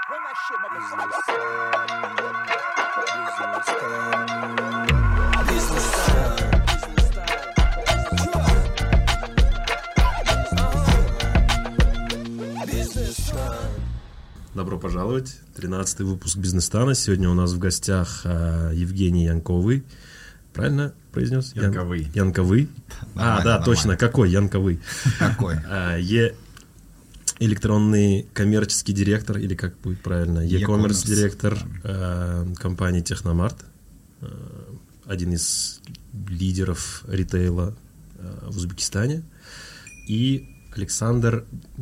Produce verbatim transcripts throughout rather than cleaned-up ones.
Добро пожаловать, тринадцатый выпуск Бизнес-Тана. Сегодня у нас в гостях а, Евгений Янковый. Правильно произнес? Янковый. Ян... Янковый. А, да, нормально. Точно. Какой Янковый? Какой? А, Е... Электронный коммерческий директор, или как будет правильно? E-commerce директор а, компании Техномарт. А, один из лидеров ритейла а, в Узбекистане. И Александр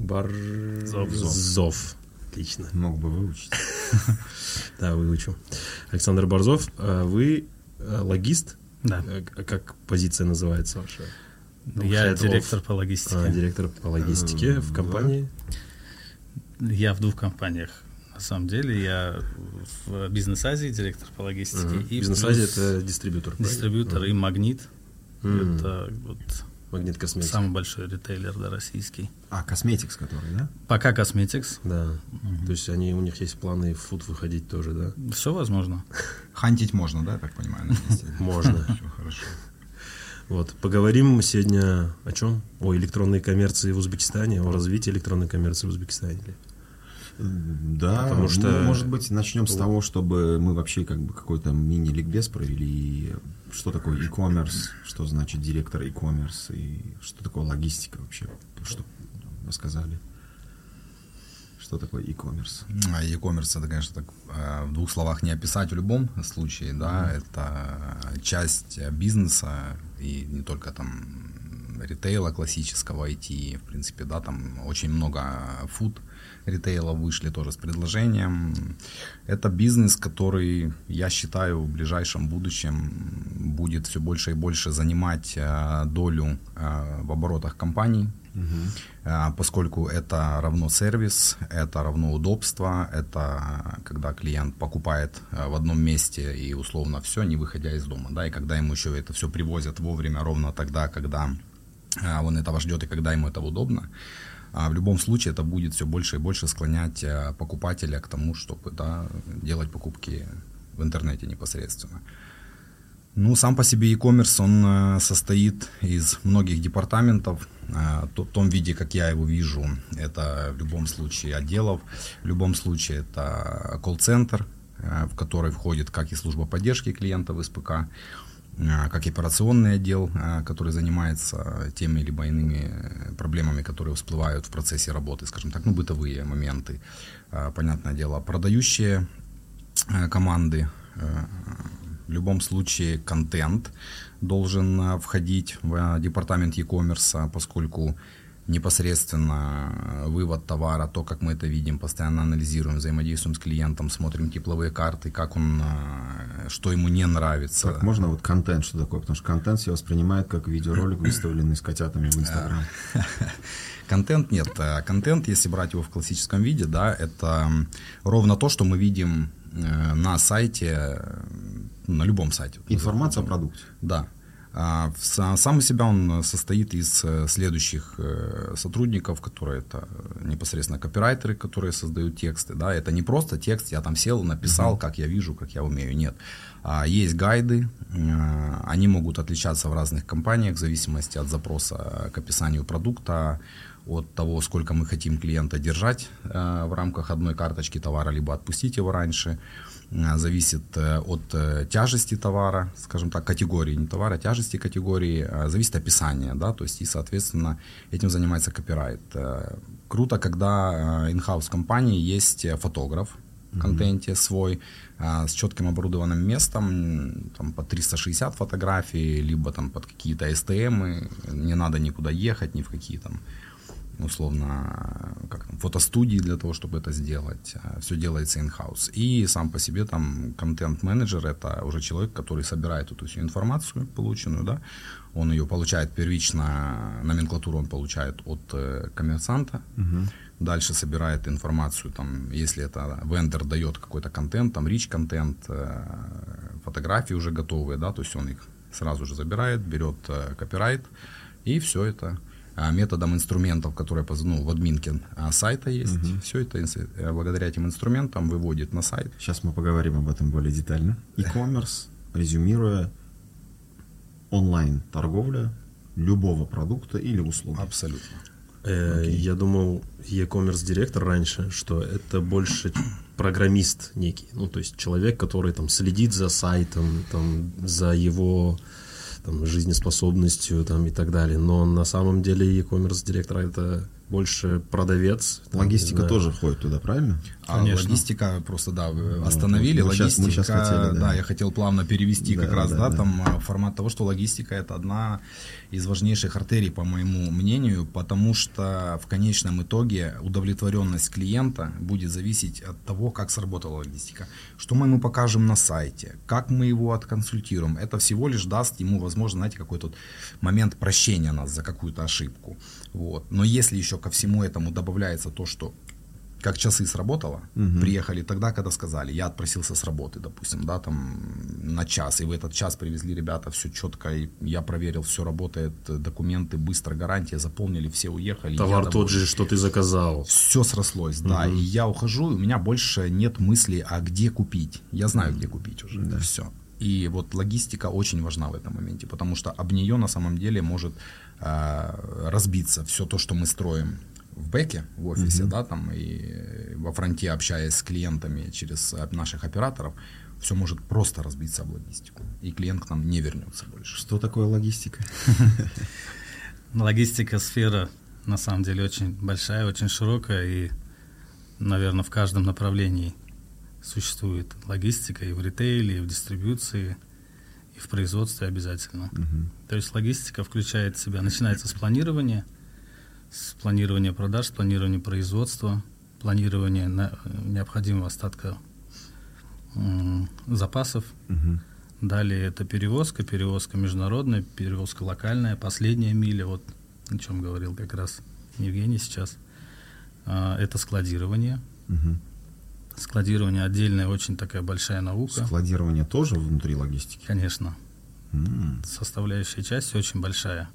Борзов. Отлично. Мог бы выучить. Да, выучу. Александр Борзов, вы логист? Да. Как позиция называется ваша? Я директор по логистике. А, директор по логистике в компании? Я в двух компаниях. На самом деле я в Бизнес-Азии директор по логистике. Uh-huh. И Бизнес-Азия это дистрибьютор. Дистрибьютор uh-huh. и Магнит. Uh-huh. Это вот Магнит Косметикс. Самый большой ритейлер, да, российский. А, Косметикс, который, да? Пока Косметикс. Да. Uh-huh. То есть они, у них есть планы в фуд выходить тоже, да? Все возможно. Хантить можно, да, я так понимаю? Можно. Все хорошо. Вот. Поговорим мы сегодня о чем? О электронной коммерции в Узбекистане, о развитии электронной коммерции в Узбекистане. Да, потому что... ну, может быть, начнем с того, чтобы мы вообще как бы какой-то мини-ликбез провели. Что такое e-commerce, что значит директор e-commerce, и что такое логистика вообще, что рассказали. Что такое e-commerce? E-commerce это, конечно, так, в двух словах не описать в любом случае, да, mm-hmm. это часть бизнеса и не только там ритейла классического ай ти, в принципе, да, там очень много фуд ритейла вышли тоже с предложением. Это бизнес, который, я считаю, в ближайшем будущем будет все больше и больше занимать долю в оборотах компаний. Uh-huh. Поскольку это равно сервис, это равно удобство, это когда клиент покупает в одном месте и условно все, не выходя из дома, да, и когда ему еще это все привозят вовремя, ровно тогда, когда он этого ждет и когда ему это удобно. В любом случае это будет все больше и больше склонять покупателя к тому, чтобы, да, делать покупки в интернете непосредственно. Ну, сам по себе e-commerce, он состоит из многих департаментов. В том виде, как я его вижу, это в любом случае отделов, в любом случае это колл-центр, в который входит как и служба поддержки клиентов эс пэ ка, как и операционный отдел, который занимается теми либо иными проблемами, которые всплывают в процессе работы, скажем так, ну, бытовые моменты, понятное дело, продающие команды. В любом случае контент должен входить в департамент e-commerce, поскольку непосредственно вывод товара, то, как мы это видим, постоянно анализируем, взаимодействуем с клиентом, смотрим тепловые карты, как он, что ему не нравится. Как можно вот контент, что такое? Потому что контент все воспринимает как видеоролик, выставленный с котятами в Инстаграм. Контент нет. Контент, если брать его в классическом виде, да, это ровно то, что мы видим на сайте, на любом сайте. Информация о продукте. Да. Сам из себя он состоит из следующих сотрудников, которые это непосредственно копирайтеры, которые создают тексты. Да. Это не просто текст, я там сел, написал, uh-huh. как я вижу, как я умею. Нет. Есть гайды, они могут отличаться в разных компаниях в зависимости от запроса к описанию продукта, от того, сколько мы хотим клиента держать в рамках одной карточки товара, либо отпустить его раньше. Зависит от тяжести товара, скажем так, категории, не товара, тяжести категории, зависит описание, да, то есть и, соответственно, этим занимается копирайт. Круто, когда in-house компании есть фотограф в контенте mm-hmm. свой, с четким оборудованным местом, там, под триста шестьдесят фотографий, либо там под какие-то эс тэ эмы, не надо никуда ехать, ни в какие там условно, как там, фотостудии для того, чтобы это сделать. Все делается in-house. И сам по себе там контент-менеджер — это уже человек, который собирает эту всю информацию полученную, да, он ее получает первично, номенклатуру он получает от э, коммерсанта, угу. Дальше собирает информацию, там, если это вендор дает какой-то контент, там rich контент, э, фотографии уже готовые, да, то есть он их сразу же забирает, берет э, копирайт, и все это методом инструментов, которые ну, в админке сайта есть. Угу. Все это благодаря этим инструментам выводит на сайт. Сейчас мы поговорим об этом более детально. E-commerce, резюмируя, онлайн-торговля любого продукта или услуги. Абсолютно. Э, Окей. Я думал, e-commerce директор раньше, что это больше программист некий, ну то есть человек, который там следит за сайтом, там за его там, жизнеспособностью там, и так далее. Но на самом деле e-commerce директор это больше продавец. Там, Логистика тоже входит туда, правильно? А Конечно. логистика просто, да, вы остановили. мы Логистика, щас- мы щас хотели, да. да, я хотел плавно перевести Да, как раз, да, да, да. там а, формат того, что логистика это одна из важнейших артерий, по моему мнению, потому что в конечном итоге удовлетворенность клиента будет зависеть от того, как сработала логистика, что мы ему покажем на сайте, как мы его отконсультируем. Это всего лишь даст ему, возможно, знаете, какой-то вот момент прощения нас за какую-то ошибку. Вот. Но если еще ко всему этому добавляется то, что как часы сработало, Мгм. приехали тогда, когда сказали, я отпросился с работы, допустим, да, там на час, и в этот час привезли ребята, все четко, и я проверил, все работает, документы, быстро, гарантия, заполнили, все уехали. Товар тот же, что ты заказал. Все срослось, да, Мгм. и я ухожу, и у меня больше нет мысли, а где купить. Я знаю, где купить уже, Да. все. И вот логистика очень важна в этом моменте, потому что об нее на самом деле может э, разбиться все то, что мы строим в бэке, в офисе, Мгм. да, там и во фронте, общаясь с клиентами через э, наших операторов, все может просто разбиться об логистику, и клиент к нам не вернется больше. Что такое логистика? Логистика сфера на самом деле очень большая, очень широкая, и, наверное, в каждом направлении существует логистика и в ритейле, и в дистрибьюции, и в производстве обязательно. Мгм. То есть логистика включает в себя, начинается с планирования, с планирования продаж, с планирования производства, планирования на- необходимого остатка м, запасов. Мгм. Далее это перевозка, перевозка международная, перевозка локальная, последняя миля, вот о чем говорил как раз Евгений сейчас. А, Это складирование. Мгм. Складирование отдельная очень такая большая наука. Складирование тоже внутри логистики? Конечно, М. составляющая часть очень большая.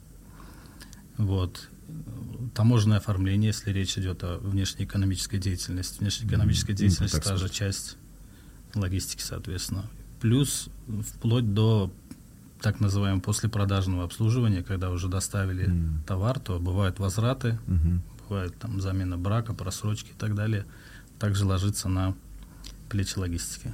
Вот. Таможенное оформление, если речь идет о внешнеэкономической деятельности. Внешнеэкономическая М, деятельность импорт, та же экспорт. часть логистики, соответственно. Плюс вплоть до так называемого послепродажного обслуживания, когда уже доставили М. товар, то бывают возвраты, Мгм. бывает там замена брака, просрочки и так далее. Также ложится на плечи логистики.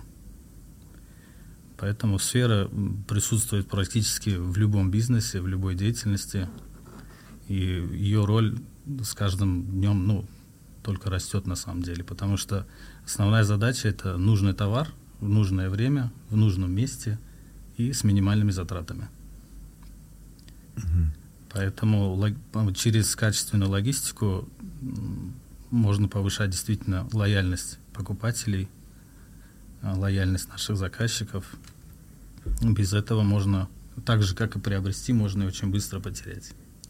Поэтому сфера м, присутствует практически в любом бизнесе, в любой деятельности. И ее роль с каждым днем, ну, только растет на самом деле. Потому что основная задача — это нужный товар в нужное время, в нужном месте и с минимальными затратами. Мгм. Поэтому лог- через качественную логистику м, можно повышать действительно лояльность покупателей, а, лояльность наших заказчиков. Без этого можно, так же как и приобрести, можно и очень быстро потерять.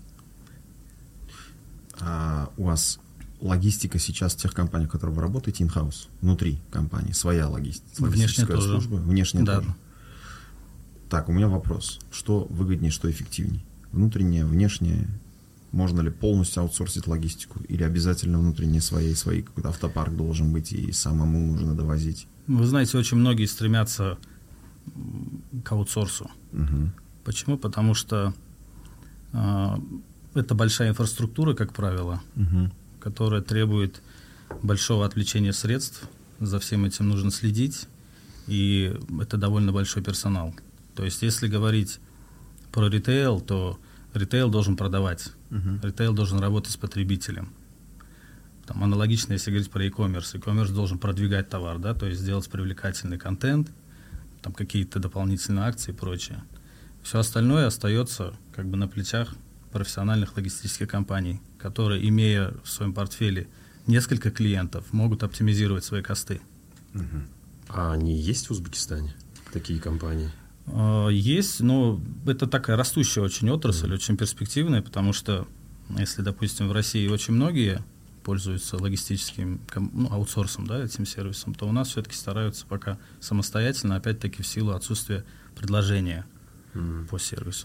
А у вас логистика сейчас в тех компаниях, в которых вы работаете, in-house, внутри компании, своя логистика, Внешне логистическая тоже. служба, внешне Да. тоже. Так, у меня вопрос. Что выгоднее, что эффективнее? Внутреннее, внешнее? Можно ли полностью аутсорсить логистику? Или обязательно внутренние свои, свои какой-то автопарк должен быть и самому нужно довозить? Вы знаете, очень многие стремятся м, к аутсорсу. Мгм. Почему? Потому что а, это большая инфраструктура, как правило, Мгм. которая требует большого отвлечения средств. За всем этим нужно следить, и это довольно большой персонал. То есть, если говорить про ритейл, то ритейл должен продавать, Мгм. ритейл должен работать с потребителем. Там, аналогично, если говорить про e-commerce, e-commerce должен продвигать товар, да, то есть сделать привлекательный контент, там какие-то дополнительные акции и прочее. Все остальное остается как бы на плечах профессиональных логистических компаний, которые, имея в своем портфеле несколько клиентов, могут оптимизировать свои косты. Мгм. А они есть в Узбекистане, такие компании? Э, Есть, но это такая растущая очень отрасль, очень перспективная, потому что если, допустим, в России очень многие пользуются логистическим ком- ну, аутсорсом, да, этим сервисом, то у нас все-таки стараются пока самостоятельно, опять-таки в силу отсутствия предложения М. по сервису.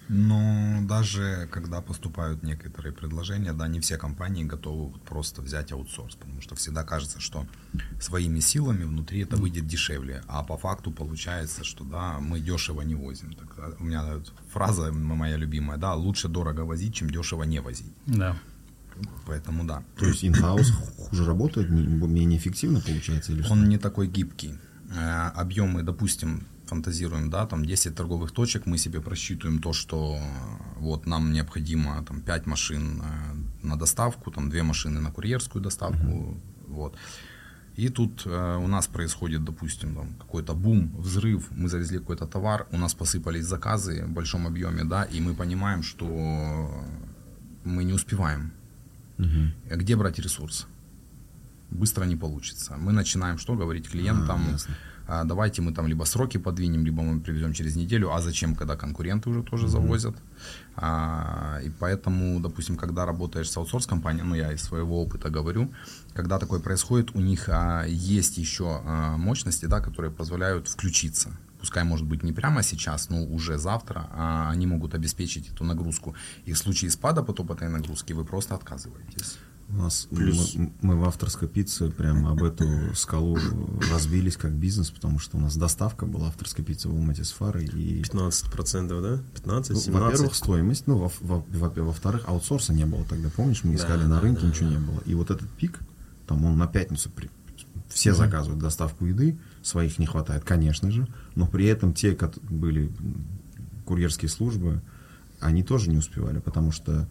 Но даже когда поступают некоторые предложения, да, не все компании готовы вот просто взять аутсорс, потому что всегда кажется, что своими силами внутри это выйдет дешевле, а по факту получается, что да, мы дешево не возим. Так, у меня фраза моя любимая, да, лучше дорого возить, чем дешево не возить. Да. Поэтому да. То есть in-house хуже работает, менее эффективно получается? Или Он не такой гибкий. Объемы, допустим, фантазируем, да, там десять торговых точек, мы себе просчитываем то, что вот нам необходимо там пять машин на доставку, там две машины на курьерскую доставку, uh-huh. вот. И тут э, у нас происходит, допустим, там, какой-то бум, взрыв, мы завезли какой-то товар, у нас посыпались заказы в большом объеме, да, и мы понимаем, что мы не успеваем. Uh-huh. Где брать ресурс? Быстро не получится. Мы начинаем что говорить клиентам? Uh-huh. А, давайте мы там либо сроки подвинем, либо мы привезем через неделю. А зачем, когда конкуренты уже тоже mm-hmm. завозят? А, и поэтому, допустим, когда работаешь с аутсорс-компанией, ну я из своего опыта говорю, когда такое происходит, у них а, есть еще а, мощности, да, которые позволяют включиться. Пускай, может быть, не прямо сейчас, но уже завтра а, они могут обеспечить эту нагрузку. И в случае спада потопа нагрузки вы просто отказываетесь. У нас Плюс... мы, мы в авторской пицце прямо об эту скалу разбились как бизнес, потому что у нас доставка была авторской пиццы в Алмате с Фарой. И... пятнадцать процентов, да? пятнадцать, семнадцать? Ну, во-первых, стоимость, ну, во- во- во- во-вторых, аутсорса не было тогда, помнишь, мы искали да, на рынке, да, ничего да. не было. И вот этот пик, там он на пятницу, при... все mm-hmm. заказывают доставку еды, своих не хватает, конечно же, но при этом те, которые были курьерские службы, они тоже не успевали, потому что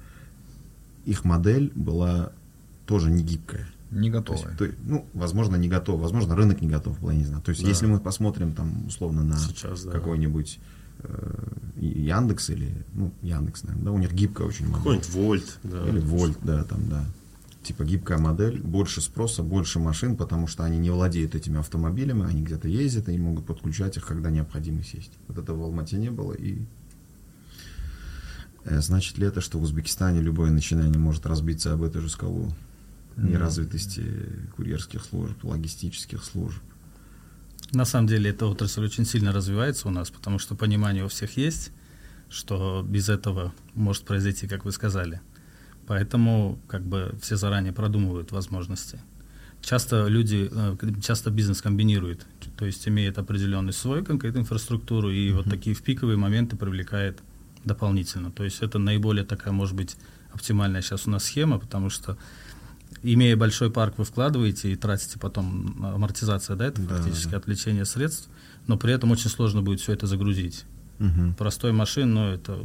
их модель была тоже не гибкая. Не готовая. То есть, то, ну, возможно, не готов. Возможно, рынок не готов, я не знаю. То есть, да. если мы посмотрим там, условно, на Сейчас, да. какой-нибудь э, Яндекс или, ну, Яндекс, наверное, да, у них гибкая очень модель. Какой-нибудь Вольт, да. Или Вольт, да, там, да. Типа гибкая модель, больше спроса, больше машин, потому что они не владеют этими автомобилями, они где-то ездят и могут подключать их, когда необходимо сесть. Вот этого в Алмате не было, и э, значит ли это, что в Узбекистане любое начинание может разбиться об эту же скалу? Неразвитости курьерских служб, логистических служб. На самом деле эта отрасль очень сильно развивается у нас, потому что понимание у всех есть, что без этого может произойти, как вы сказали. Поэтому как бы все заранее продумывают возможности. Часто люди, часто бизнес комбинирует, то есть имеет определенный свой какую-то инфраструктуру и mm-hmm. вот такие в пиковые моменты привлекает дополнительно. То есть это наиболее такая, может быть, оптимальная сейчас у нас схема, потому что имея большой парк, вы вкладываете и тратите потом амортизация, да, это да, фактически да. отвлечение средств, но при этом очень сложно будет все это загрузить. Угу. Простой машин, но это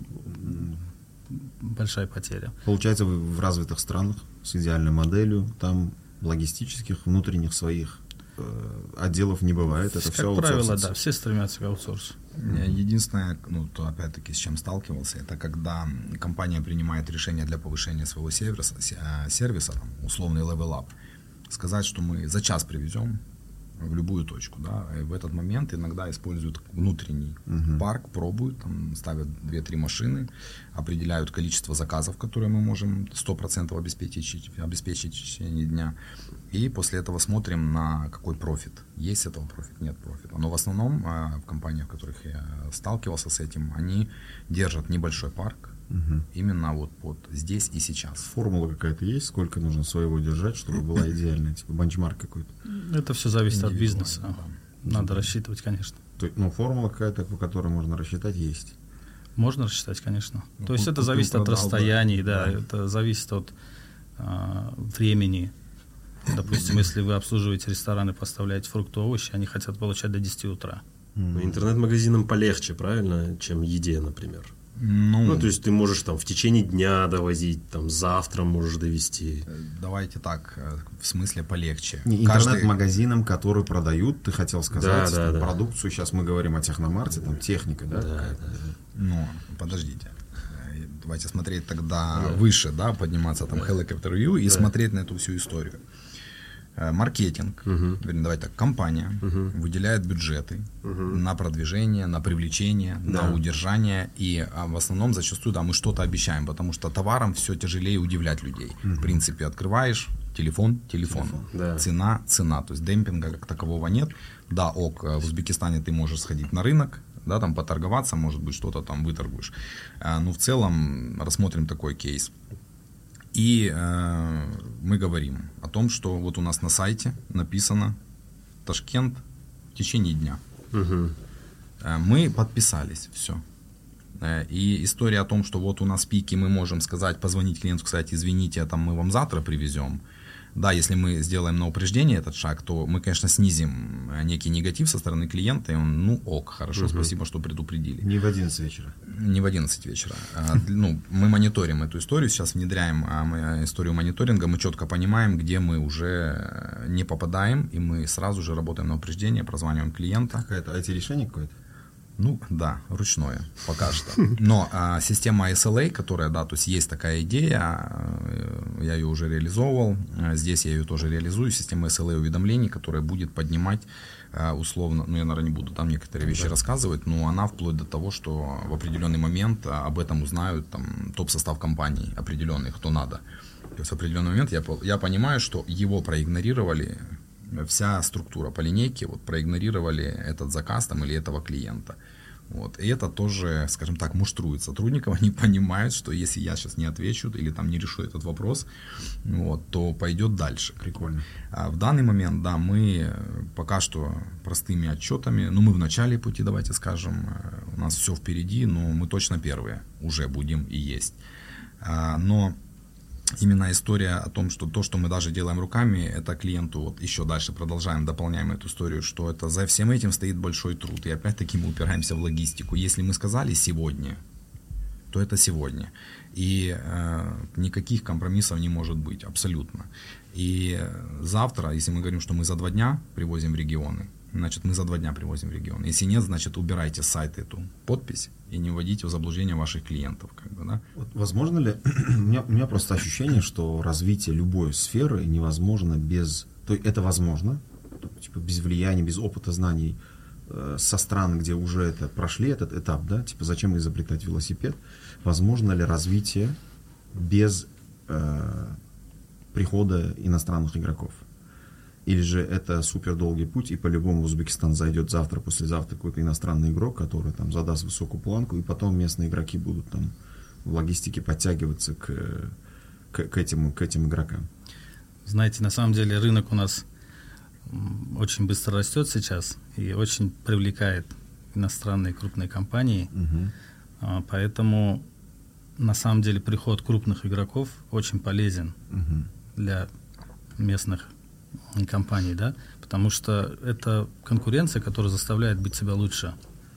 большая потеря. Получается, вы в развитых странах с идеальной моделью, там логистических, внутренних своих э, отделов не бывает, это как все Как правило, да, все стремятся к аутсорсу. Единственное, ну, то опять-таки с чем сталкивался, это когда компания принимает решение для повышения своего сервиса, сервиса там, условный level up, сказать, что мы за час привезем в любую точку, да, и в этот момент иногда используют внутренний uh-huh. парк, пробуют, там, ставят две-три машины, определяют количество заказов, которые мы можем сто процентов обеспечить, обеспечить в течение дня, и после этого смотрим на какой профит. Есть этого профит, нет профита. Но в основном в компаниях, в которых я сталкивался с этим, они держат небольшой парк, угу. именно вот, вот здесь и сейчас. Формула какая-то есть, сколько нужно своего держать, чтобы была идеальная, типа бенчмарк какой-то? Это все зависит от бизнеса. Да. Надо рассчитывать, конечно. То, ну, формула какая-то, по которой можно рассчитать, есть. Можно рассчитать, конечно. Ну, То есть это зависит от расстояний, да, да, это зависит от а, времени. Допустим, если вы обслуживаете рестораны, поставляете фрукты, овощи, они хотят получать до десяти утра. Mm. Интернет-магазинам полегче, правильно, чем еде, например. Ну, ну, то есть ты можешь там в течение дня довозить, там завтра можешь довести. Давайте так, в смысле полегче. Не, интернет-магазинам, которые продают, ты хотел сказать, да, да, продукцию, да. сейчас мы говорим о техномарте, там техника, да? Да, да. Ну, подождите. Давайте смотреть тогда да. выше, да, подниматься там да. Helicopter View и да. смотреть на эту всю историю. Маркетинг, угу. вернее, давайте так, компания угу. выделяет бюджеты угу. на продвижение, на привлечение, да. на удержание, и а, в основном зачастую да, мы что-то обещаем, потому что товаром все тяжелее удивлять людей. Угу. В принципе, открываешь телефон, телефон, телефон да. цена, цена, то есть демпинга как такового нет. Да, ок, в Узбекистане ты можешь сходить на рынок, да, там поторговаться, может быть, что-то там выторгуешь. А, ну, в целом, рассмотрим такой кейс. И э, мы говорим о том, что вот у нас на сайте написано Ташкент в течение дня. Угу. Э, мы подписались, все. Э, и история о том, что вот у нас пики, мы можем сказать, позвонить клиенту, сказать, извините, там мы вам завтра привезем. Да, если мы сделаем на упреждение этот шаг, то мы, конечно, снизим некий негатив со стороны клиента, и он, ну, ок, хорошо, угу. спасибо, что предупредили. Не в одиннадцать вечера. Не в одиннадцать вечера. А, ну, мы мониторим эту историю, сейчас внедряем а, историю мониторинга, мы четко понимаем, где мы уже не попадаем, и мы сразу же работаем на упреждение, прозваниваем клиента. Какое-то ай ти-решение какое-то? Ну, да, ручное, пока что. Но а, система эс эл эй, которая, да, то есть есть такая идея, а, я ее уже реализовывал, а, здесь я ее тоже реализую, система эс эл эй уведомлений, которая будет поднимать а, условно, ну, я, наверное, не буду там некоторые вещи да. рассказывать, но она вплоть до того, что в определенный момент а, об этом узнают там топ-состав компаний определенный, кто надо. То есть в определенный момент я, я понимаю, что его проигнорировали, вся структура по линейке, вот проигнорировали этот заказ там или этого клиента. Вот. И это тоже, скажем так, муштрует сотрудников. Они понимают, что если я сейчас не отвечу или там не решу этот вопрос, вот, то пойдет дальше. Прикольно. А в данный момент, да, мы пока что простыми отчетами, ну мы в начале пути, давайте скажем, у нас все впереди, но мы точно первые уже будем и есть. А, но именно история о том, что то, что мы даже делаем руками, это клиенту вот еще дальше продолжаем, дополняем эту историю, что это за всем этим стоит большой труд. И опять-таки мы упираемся в логистику. Если мы сказали сегодня, то это сегодня. И э, никаких компромиссов не может быть, абсолютно. И завтра, если мы говорим, что мы за два дня привозим в регионы, значит, мы за два дня привозим в регион. Если нет, значит, убирайте с сайта эту подпись и не вводите в заблуждение ваших клиентов. Как бы, да? Вот возможно ли, у меня, у меня просто ощущение, что развитие любой сферы невозможно без, то есть это возможно, типа без влияния, без опыта, знаний э, со стран, где уже это прошли этот этап, да, типа зачем изобретать велосипед, возможно ли развитие без э, прихода иностранных игроков? Или же это супер долгий путь, и по-любому в Узбекистан зайдет завтра, послезавтра какой-то иностранный игрок, который там задаст высокую планку, и потом местные игроки будут там в логистике подтягиваться к, к, к, этим, к этим игрокам. Знаете, на самом деле рынок у нас очень быстро растет сейчас и очень привлекает иностранные крупные компании, угу. Поэтому на самом деле приход крупных игроков очень полезен угу. для местных компаний, да, потому что это конкуренция, которая заставляет быть себя лучше.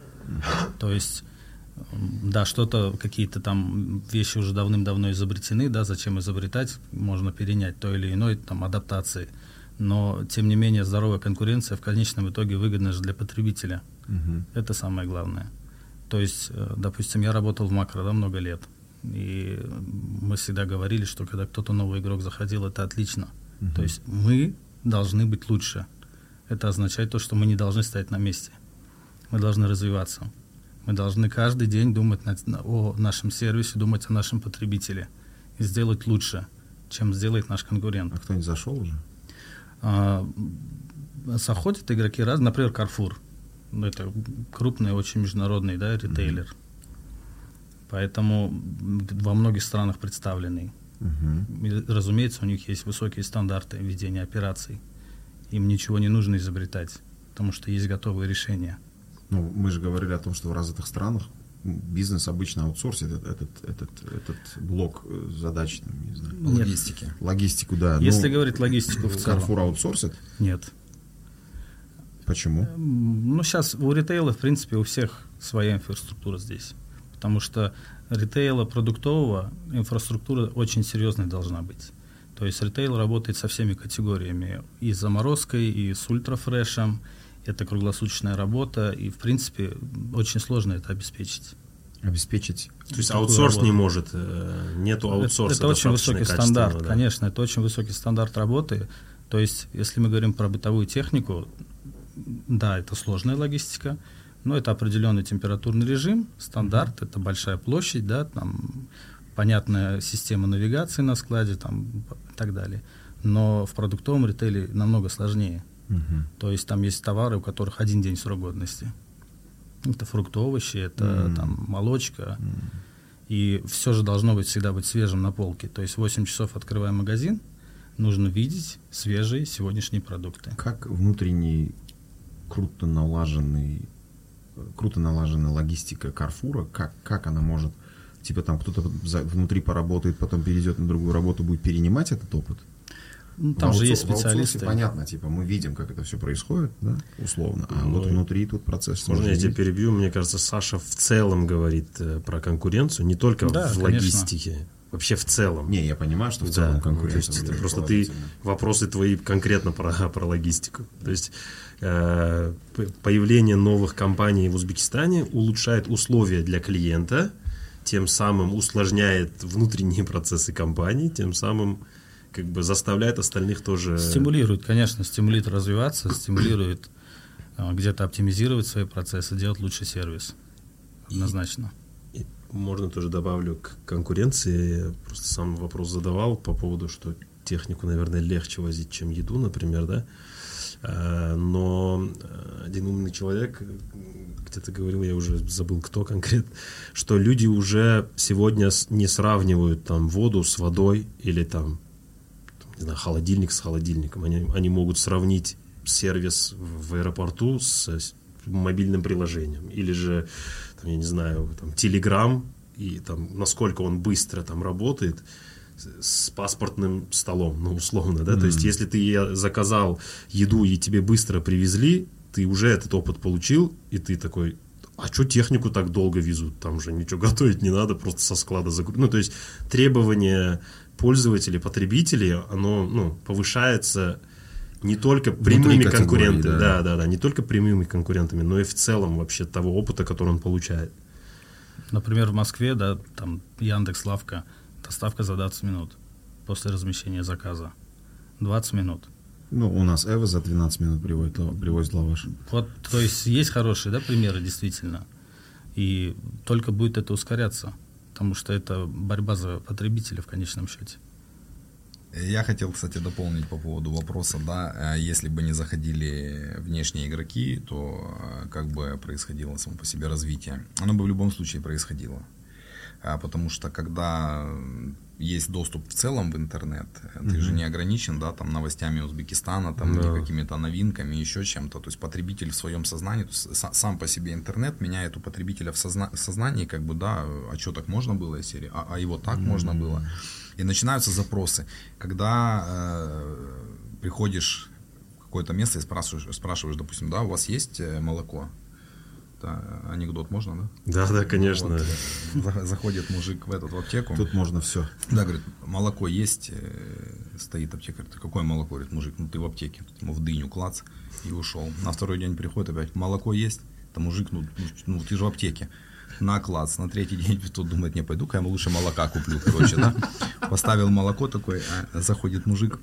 То есть, да, что-то, какие-то там вещи уже давным-давно изобретены, да, зачем изобретать, можно перенять той или иной там адаптации, но, тем не менее, здоровая конкуренция в конечном итоге выгодна же для потребителя. Угу. Это самое главное. То есть, допустим, я работал в макро, да, много лет, и мы всегда говорили, что когда кто-то новый игрок заходил, это отлично. Uh-huh. То есть мы должны быть лучше. Это означает то, что мы не должны стоять на месте. Мы должны развиваться. Мы должны каждый день думать над, о нашем сервисе, думать о нашем потребителе и сделать лучше, чем сделает наш конкурент. А кто-нибудь зашел уже? А, заходят игроки разные, например, Carrefour. Это крупный, очень международный, да, ритейлер. Uh-huh. Поэтому во многих странах представленный. Uh-huh. И, разумеется, у них есть высокие стандарты ведения операций. Им ничего не нужно изобретать, потому что есть готовые решения. Ну, мы же говорили о том, что в развитых странах бизнес обычно аутсорсит этот, этот, этот, этот блок задач, там, не знаю, Нет. логистики. Логистику, да. Если ну, говорить логистику в целом. Carrefour аутсорсит? Нет. Почему? Ну, сейчас у ритейла, в принципе, у всех своя инфраструктура здесь. Потому что ритейла продуктового инфраструктура очень серьезной должна быть. То есть ритейл работает со всеми категориями. И с заморозкой, и с ультрафрешем. Это круглосуточная работа. И, в принципе, очень сложно это обеспечить. Обеспечить? То есть аутсорс работу не может, нету аутсорса. Это, это очень высокий стандарт, да? Конечно, это очень высокий стандарт работы. То есть, если мы говорим про бытовую технику, да, это сложная логистика, но это определенный температурный режим, стандарт, mm-hmm. это большая площадь, да, там понятная система навигации на складе, там, и так далее. Но в продуктовом ритейле намного сложнее. Mm-hmm. То есть там есть товары, у которых один день срок годности. Это фрукты, овощи, это mm. там молочка. Mm. И все же должно быть всегда быть свежим на полке. То есть в восемь часов открываем магазин, нужно видеть свежие сегодняшние продукты. Как внутренний круто налаженный, круто налаженная логистика Карфура, как, как она может, типа там кто-то внутри поработает, потом перейдет на другую работу, будет перенимать этот опыт? Ну, там в же аутсор- есть специалисты. В понятно, типа мы видим, как это все происходит, да, условно, а Ну, вот внутри тут процесс. Можно я тебя перебью? Мне кажется, Саша в целом говорит э, про конкуренцию, не только Да, в конечно. логистике, вообще в целом. Не, я понимаю, что в Да, целом то конкуренция. есть это влияет просто ты положительно. вопросы твои конкретно про, про логистику. То есть э, п- появление новых компаний в Узбекистане улучшает условия для клиента, тем самым усложняет внутренние процессы компании, тем самым как бы заставляет остальных тоже... Стимулирует, конечно, стимулирует развиваться, стимулирует э, где-то оптимизировать свои процессы, делать лучший сервис. Однозначно. И можно тоже добавлю к конкуренции. Я просто сам вопрос задавал по поводу, что технику, наверное, легче возить, чем еду, например, да. А, но один умный человек где-то говорил, я уже забыл, кто конкретно, что люди уже сегодня с- не сравнивают там воду с водой или там, не знаю, холодильник с холодильником. Они, они могут сравнить сервис в аэропорту с, с мобильным приложением. Или же, там, я не знаю, там, Telegram, и там, насколько он быстро там работает с, с паспортным столом, ну, условно, да. Mm-hmm. То есть, если ты заказал еду и тебе быстро привезли, ты уже этот опыт получил, и ты такой... А что технику так долго везут? Там же ничего готовить не надо, просто со склада загрузить. Ну, то есть, требования пользователей, потребителей, оно, ну, повышается не только прямыми конкурентами, да. да, да, да, не только прямыми конкурентами, но и в целом вообще того опыта, который он получает. Например, в Москве, да, там Яндекс.Лавка, доставка за двадцать минут после размещения заказа. двадцать минут. Ну, у нас Эва за двенадцать минут привозит, привозит лаваш. Вот, то есть есть хорошие, да, примеры, действительно. И только будет это ускоряться, потому что это борьба за потребителя в конечном счете. Я хотел, кстати, дополнить по поводу вопроса, да, если бы не заходили внешние игроки, то как бы происходило само по себе развитие? Оно бы в любом случае происходило. Потому что когда есть доступ в целом в интернет, ты mm-hmm. же не ограничен, да, там новостями Узбекистана, там, да. или какими-то новинками, еще чем-то. То есть потребитель в своем сознании, то есть сам по себе интернет меняет у потребителя в созна- сознании, как бы, да, а что так можно было из серии, а, а его так mm-hmm. можно было. И начинаются запросы. Когда э, приходишь в какое-то место и спрашиваешь, спрашиваешь, допустим, да, у вас есть молоко? Это анекдот можно, да? Да, да, конечно. Вот, заходит мужик в этот в аптеку. Тут можно все. Да, говорит, молоко есть, стоит аптекарь. Какое молоко? Говорит, мужик, ну ты в аптеке. Тут ему в дыню клац и ушел. На второй день приходит опять, молоко есть? Это мужик, ну, ну ты же в аптеке. На клац. На третий день тот думает, не, пойду-ка я ему лучше молока куплю, короче, да. Поставил молоко такой, а заходит мужик.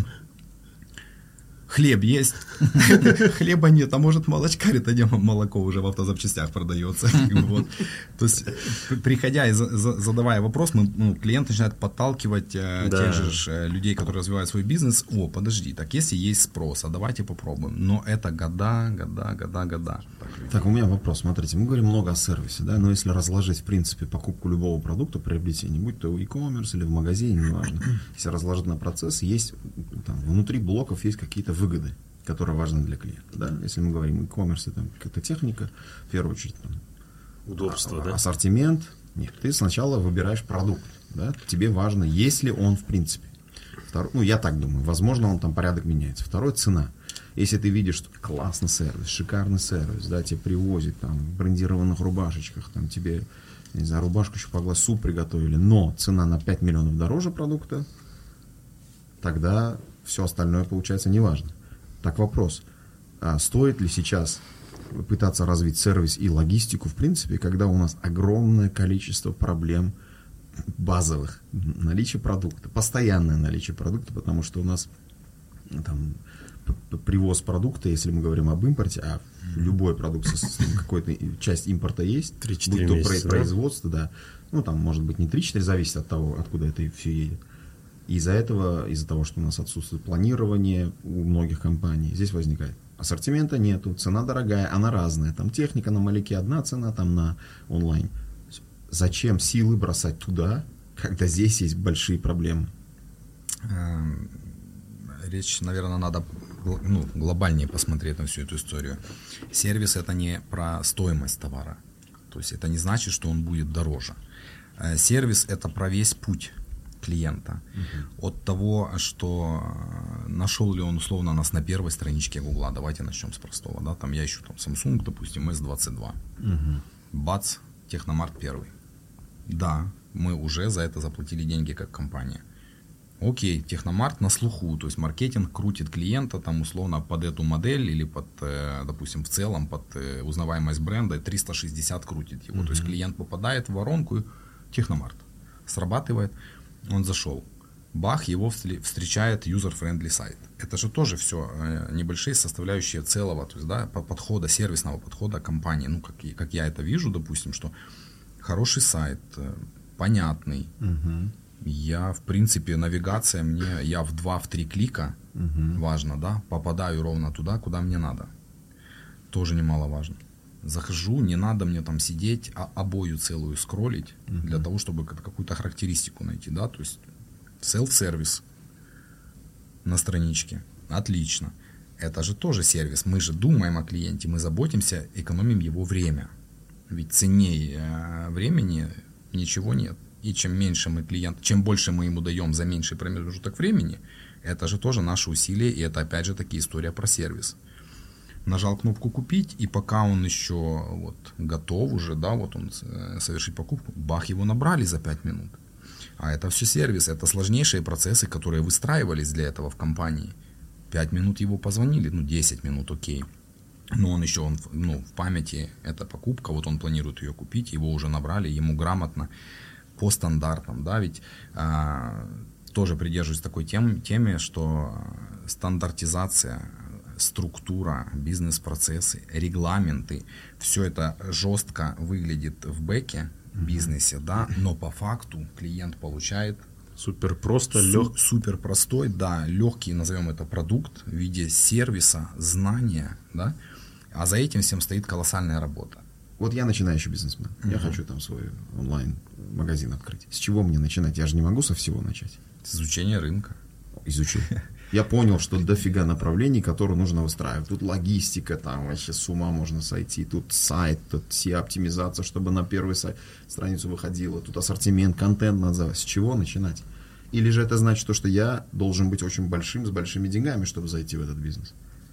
Хлеб есть? Хлеба нет, а может молочка? Говорит, а где молоко уже в автозапчастях продается. Вот. То есть, приходя и за, за, задавая вопрос, мы, ну, клиент начинает подталкивать э, да. тех же э, людей, которые развивают свой бизнес. О, подожди, так если есть спрос, а давайте попробуем. Но это года, года, года, года. Так, у меня вопрос. Смотрите, мы говорим много о сервисе, да, но если разложить, в принципе, покупку любого продукта, приобретение, будь то e-commerce или в магазине, неважно, если разложить на процесс, есть там, внутри блоков есть какие-то выгоды, которые важны для клиента. Да? Если мы говорим e-commerce, это какая-то техника, в первую очередь там, удобство, а, да? Ассортимент. Нет, ты сначала выбираешь продукт. Да? Тебе важно, есть ли он в принципе. Второй, ну, я так думаю, возможно, он там порядок меняется. Второй — цена. Если ты видишь, что классный сервис, шикарный сервис, да, тебе привозят там в брендированных рубашечках, там тебе, не знаю, рубашку еще по глаз, суп приготовили, но цена на пять миллионов дороже продукта, тогда все остальное получается неважно. Так вопрос, а стоит ли сейчас пытаться развить сервис и логистику в принципе, когда у нас огромное количество проблем базовых, наличие продукта, постоянное наличие продукта, потому что у нас там привоз продукта, если мы говорим об импорте, а любой продукт, какой-то часть импорта есть, три-четыре будь то месяца, производство, да, ну там может быть не три-четыре, зависит от того, откуда это все едет. И из-за этого, из-за того, что у нас отсутствует планирование у многих компаний, здесь возникает Ассортимента нету, цена дорогая, она разная. Там техника на Маляке одна цена, там на онлайн. Зачем силы бросать туда, когда здесь есть большие проблемы? Речь, наверное, надо ну, глобальнее посмотреть на всю эту историю. Сервис — это не про стоимость товара. То есть это не значит, что он будет дороже. Сервис — это про весь путь клиента. Угу. От того, что нашел ли он условно нас на первой страничке Гугла. Давайте начнем с простого. Да? Там я ищу там, Samsung, допустим, эс двадцать два. Угу. Бац, Техномарт первый. Да, мы уже за это заплатили деньги как компания. Окей, Техномарт на слуху, то есть маркетинг крутит клиента там условно под эту модель или под, допустим, в целом под узнаваемость бренда триста шестьдесят крутит его. Mm-hmm. То есть клиент попадает в воронку, Техномарт срабатывает, он зашел. Бах, его встречает user-friendly сайт. Это же тоже все небольшие составляющие целого, то есть, да, подхода, сервисного подхода компании. Ну, как, как я это вижу, допустим, что хороший сайт, понятный. Mm-hmm. Я, в принципе, навигация мне, я в два-три клика, угу. важно, да, попадаю ровно туда, куда мне надо. Тоже немаловажно. Захожу, не надо мне там сидеть, а обою целую скроллить, угу. для того, чтобы какую-то характеристику найти, да, то есть селф-сервис на страничке. Отлично. Это же тоже сервис. Мы же думаем о клиенте, мы заботимся, экономим его время. Ведь ценнее времени ничего нет. И чем меньше мы клиент, чем больше мы ему даем за меньший промежуток времени, это же тоже наши усилия, и это опять же таки история про сервис. Нажал кнопку «Купить», и пока он еще вот готов уже, да, вот он совершит покупку, бах, его набрали за пять минут. А это все сервис, это сложнейшие процессы, которые выстраивались для этого в компании. пять минут его позвонили, ну десять минут, окей. Но он еще, он, ну, в памяти эта покупка, вот он планирует ее купить, его уже набрали, ему грамотно, по стандартам, да, ведь а, тоже придерживаюсь такой тем, теме, что стандартизация, структура, бизнес-процессы, регламенты, все это жестко выглядит в бэке, бизнесе, да, но по факту клиент получает супер просто, су- лег... супер простой, да, легкий, назовем это, продукт в виде сервиса, знания, да, а за этим всем стоит колоссальная работа. Вот я начинающий бизнесмен, uh-huh. я хочу там свой онлайн-магазин открыть. С чего мне начинать? Я же не могу со всего начать. С изучения рынка. Изучил. Я понял, что дофига направлений, которые нужно выстраивать. Тут логистика, там вообще с ума можно сойти. Тут сайт, тут си оптимизация, чтобы на первую сайт, страницу выходило. Тут ассортимент, контент надо. С чего начинать? Или же это значит, что я должен быть очень большим, с большими деньгами, чтобы зайти в этот бизнес?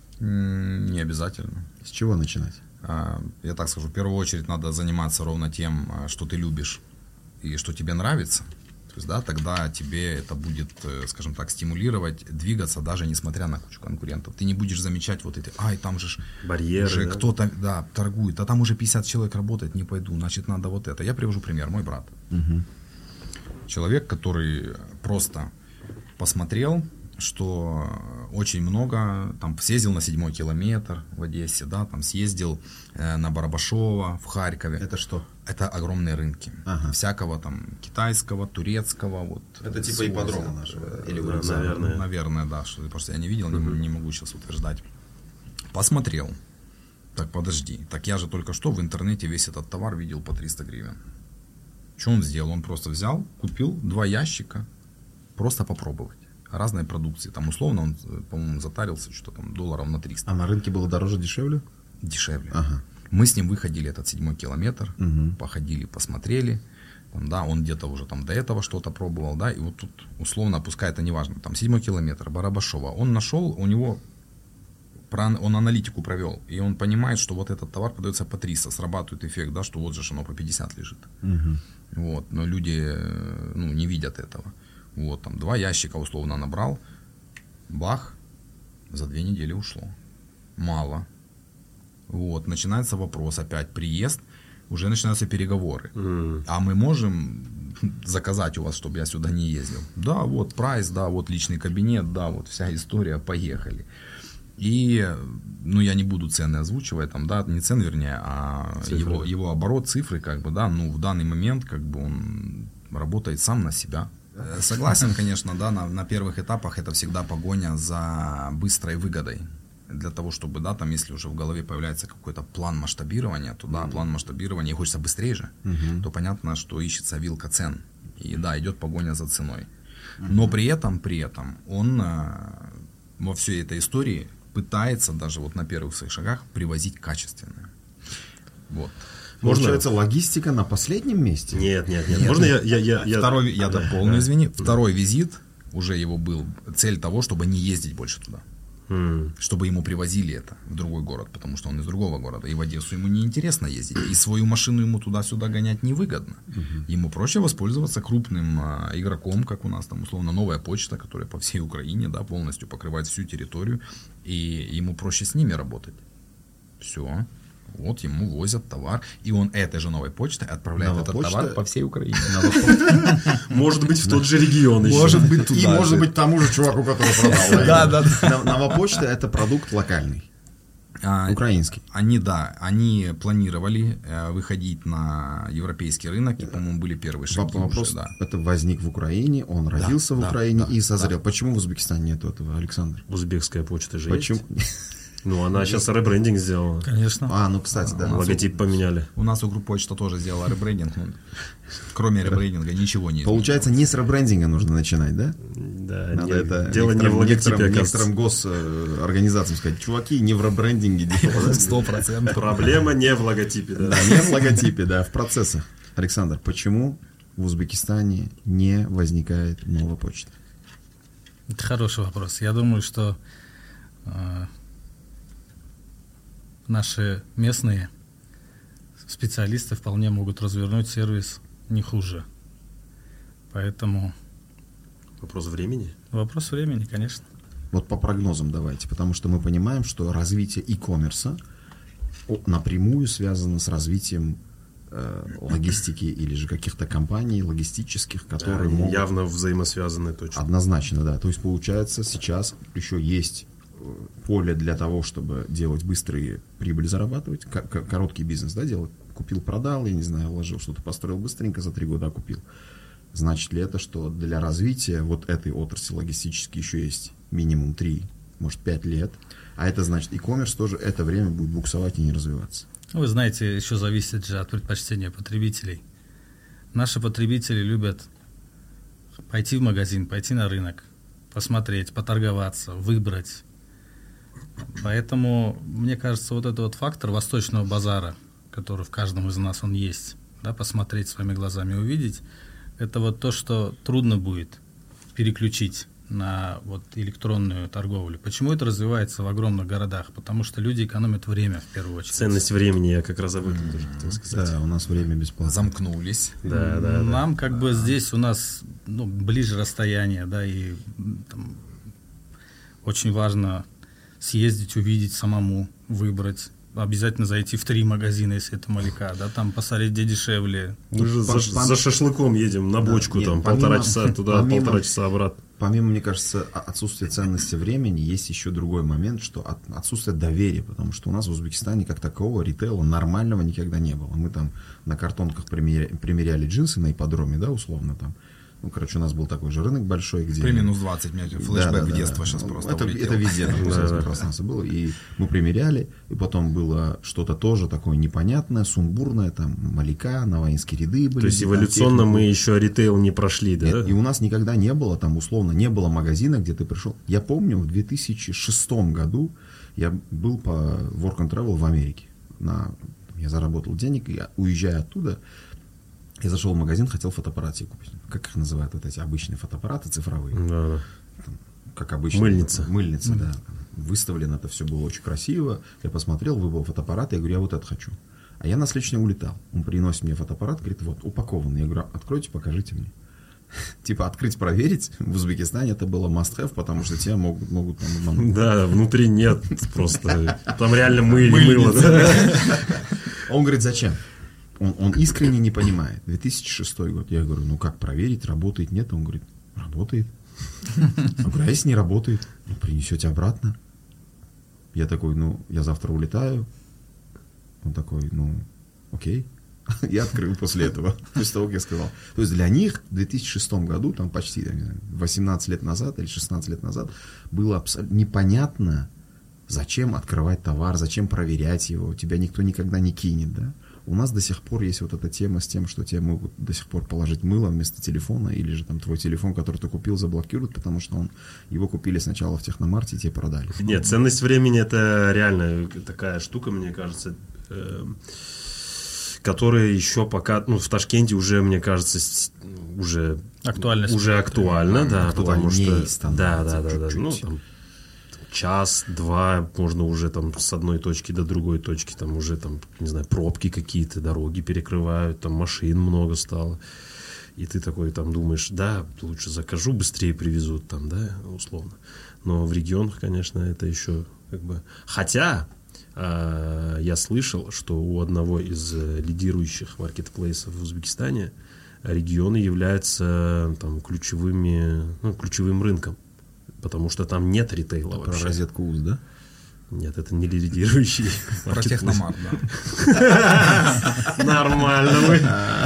Не обязательно. С чего начинать? Я так скажу, в первую очередь надо заниматься ровно тем, что ты любишь и что тебе нравится. То есть, да, тогда тебе это будет, скажем так, стимулировать, двигаться, даже несмотря на кучу конкурентов. Ты не будешь замечать вот эти, ай, там же барьеры, уже да? кто-то, да, торгует, а там уже пятьдесят человек работает, не пойду, значит, надо вот это. Я привожу пример, мой брат. Угу. Человек, который просто посмотрел, что очень много, там съездил на седьмой километр в Одессе, да, там съездил э, на Барабашово в Харькове. Это что? Это огромные рынки. Ага. Всякого там китайского, турецкого. Вот, это типа ипподрома нашего? Или да, наверное. Наверное, да. Что, просто я не видел, uh-huh. не, не могу сейчас утверждать. Посмотрел. Так, подожди. Так я же только что в интернете весь этот товар видел по триста гривен. Что он сделал? Он просто взял, купил два ящика, просто попробовать. Разной продукции. Там условно он, по-моему, затарился что-то там долларов на триста. А на рынке было дороже, дешевле? Дешевле. Ага. Мы с ним выходили этот седьмой километр, угу. походили, посмотрели. Там, да, он где-то уже там до этого что-то пробовал, да, и вот тут условно, пускай это не важно, там седьмой километр, Барабашова. Он нашел, у него, он аналитику провел, и он понимает, что вот этот товар продается по триста, срабатывает эффект, да, что вот же оно по пятьдесят лежит. Угу. Вот, но люди, ну, не видят этого. Вот, там, два ящика условно набрал, бах, за две недели ушло. Мало. Вот, начинается вопрос, опять приезд, уже начинаются переговоры. Mm. А мы можем заказать у вас, чтобы я сюда не ездил? Да, вот прайс, да, вот личный кабинет, да, вот вся история, поехали. И, ну, я не буду цены озвучивать, там, да, не цены, вернее, а его, его оборот, цифры, как бы, да, ну, в данный момент, как бы, он работает сам на себя. Согласен, конечно, да, на, на первых этапах это всегда погоня за быстрой выгодой. для того, чтобы, да, там, если уже в голове появляется какой-то план масштабирования, то, да, mm-hmm. план масштабирования, и хочется быстрее же, mm-hmm. то понятно, что ищется вилка цен. И, да, идет погоня за ценой. Mm-hmm. Но при этом, при этом, он а, во всей этой истории пытается даже вот на первых своих шагах привозить качественное. Вот. Получается, можно... логистика на последнем месте? Нет, нет, нет. нет Можно нет. я... я, я, Второй, я... я да, дополню, да. извини. Второй визит, уже его был, цель того, чтобы не ездить больше туда. Mm. Чтобы ему привозили это в другой город, потому что он из другого города. И в Одессу ему неинтересно ездить. И свою машину ему туда-сюда гонять невыгодно. Mm-hmm. Ему проще воспользоваться крупным а, игроком, как у нас там условно Новая почта, которая по всей Украине, да, полностью покрывает всю территорию. И ему проще с ними работать. Все. Вот ему возят товар, и он этой же Новой почтой отправляет этот товар по всей Украине. Может быть, в тот же регион еще. Может быть, туда. И может быть тому же чуваку, который продал. Да, да. Новопочта — это продукт локальный. Украинский. Они, да, они планировали выходить на европейский рынок, и, по-моему, были первые шаги. Вопрос, уже, да. Это возник в Украине, он родился в Украине и созрел. Почему в Узбекистане нет этого, Александр? Узбекская почта же Почему? есть. Ну, она сейчас ребрендинг сделала. Конечно. А, ну, кстати, да. Логотип поменяли. У нас Укрпочта тоже сделала ребрендинг. Но кроме ребрендинга ничего не изменилось. Получается, не с ребрендинга нужно начинать, да? Да. Надо не, это дело не в логотипе, некоторым, некоторым госорганизациям сказать: чуваки, не в ребрендинге дело. Сто процентов. Проблема не в логотипе, да. Да, не в логотипе, да, в процессах. Александр, почему в Узбекистане не возникает новая почта? Это хороший вопрос. Я думаю, что э, наши местные специалисты вполне могут развернуть сервис не хуже. Поэтому... Вопрос времени? Вопрос времени, конечно. Вот по прогнозам давайте, потому что мы понимаем, что развитие e-commerce напрямую связано с развитием э, логистики или же каких-то компаний логистических, которые да, могут... явно взаимосвязаны точно. Однозначно, да. То есть, получается, сейчас еще есть поле для того, чтобы делать быстрые прибыли, зарабатывать, к- короткий бизнес, да, делать. Купил, продал, я не знаю, вложил, что-то построил быстренько, за три года купил. Значит ли это, что для развития вот этой отрасли логистической еще есть минимум три, может, пять лет, а это значит, e-commerce тоже это время будет буксовать и не развиваться? Вы знаете, еще зависит же от предпочтения потребителей. Наши потребители любят пойти в магазин, пойти на рынок, посмотреть, поторговаться, выбрать. Поэтому, мне кажется, вот этот вот фактор восточного базара, который в каждом из нас он есть, да, посмотреть своими глазами, увидеть, это вот то, что трудно будет переключить на вот электронную торговлю. Почему это развивается в огромных городах? Потому что люди экономят время в первую очередь. Ценность времени, я как раз об этом тоже хотел сказать. Да, у нас время бесплатно. Замкнулись. Да, да, Нам да. как бы здесь у нас ну, ближе расстояние, да, и там, очень важно съездить, увидеть самому, выбрать. Обязательно зайти в три магазина, если это Малика, да, там посмотреть, где дешевле. Мы же за, за шашлыком едем на бочку, да, там нет, полтора помимо, часа туда, помимо, полтора часа обратно. Помимо, мне кажется, отсутствия ценности времени, есть еще другой момент, что от, отсутствие доверия, потому что у нас в Узбекистане как такового ритейла нормального никогда не было. Мы там на картонках примеряли, примеряли джинсы на ипподроме, да, условно там. Ну, короче, у нас был такой же рынок большой, где... При минус двадцать, у меня флешбэк да, да, в детство да, сейчас да. просто это, улетел. это везде на постсоветском пространстве было. И мы примеряли, и потом было что-то тоже такое непонятное, сумбурное, там, Малика, Новоинские ряды были. То есть эволюционно мы еще ритейл не прошли, да? Нет, и у нас никогда не было, там, условно, не было магазина, где ты пришел. Я помню, в две тысячи шестом году я был по Work and Travel в Америке. На, я заработал денег, и уезжая оттуда... Я зашел в магазин, хотел фотоаппарат себе купить. Как их называют вот эти обычные фотоаппараты цифровые? Да, да. Там, как обычно. Мыльница. Мыльница, mm-hmm. да. Выставлено это все было очень красиво. Я посмотрел, выбрал фотоаппарат, я говорю, я вот это хочу. А я на следующий день улетал. Он приносит мне фотоаппарат, говорит, вот, упакованный. Я говорю, откройте, покажите мне. Типа открыть, проверить. В Узбекистане это было must-have, потому что тебя могут, могут там обмануть. Да, внутри нет просто. Там реально мыль, мыло. Он говорит, зачем? Он, он искренне не понимает. две тысячи шестой год. Я говорю, ну как проверить, работает, нет? Он говорит, работает. Я говорю, а если не работает? Ну, принесете обратно. Я такой, ну, я завтра улетаю. Он такой, ну, окей. Я открыл после этого, после того, как я сказал. То есть для них в две тысячи шестом году, там почти, я не знаю, восемнадцать лет назад или шестнадцать лет назад, было абсолютно непонятно, Зачем открывать товар, зачем проверять его, тебя никто никогда не кинет, да? У нас до сих пор есть вот эта тема с тем, что тебе могут до сих пор положить мыло вместо телефона, или же там твой телефон, который ты купил, заблокируют, потому что он, его купили сначала в Техномарте и тебе продали. Нет, ценность времени — это реально такая штука, мне кажется, э, которая еще пока, ну, в Ташкенте уже, мне кажется, уже актуальность уже актуальна, да, потому что да, да, да, да, ну, там, час-два можно уже там с одной точки до другой точки, там уже там, не знаю, пробки какие-то, дороги перекрывают, там машин много стало. И ты такой там думаешь, да, лучше закажу, быстрее привезут там, да, условно. Но в регионах, конечно, это еще как бы... Хотя э, я слышал, что у одного из лидирующих маркетплейсов в Узбекистане регионы являются там ключевыми, ну, ключевым рынком. Потому что там нет ритейла вообще. Про розетку УЗ, да? Нет, это не лидирующий. Про Техномарт, да. Нормально вы.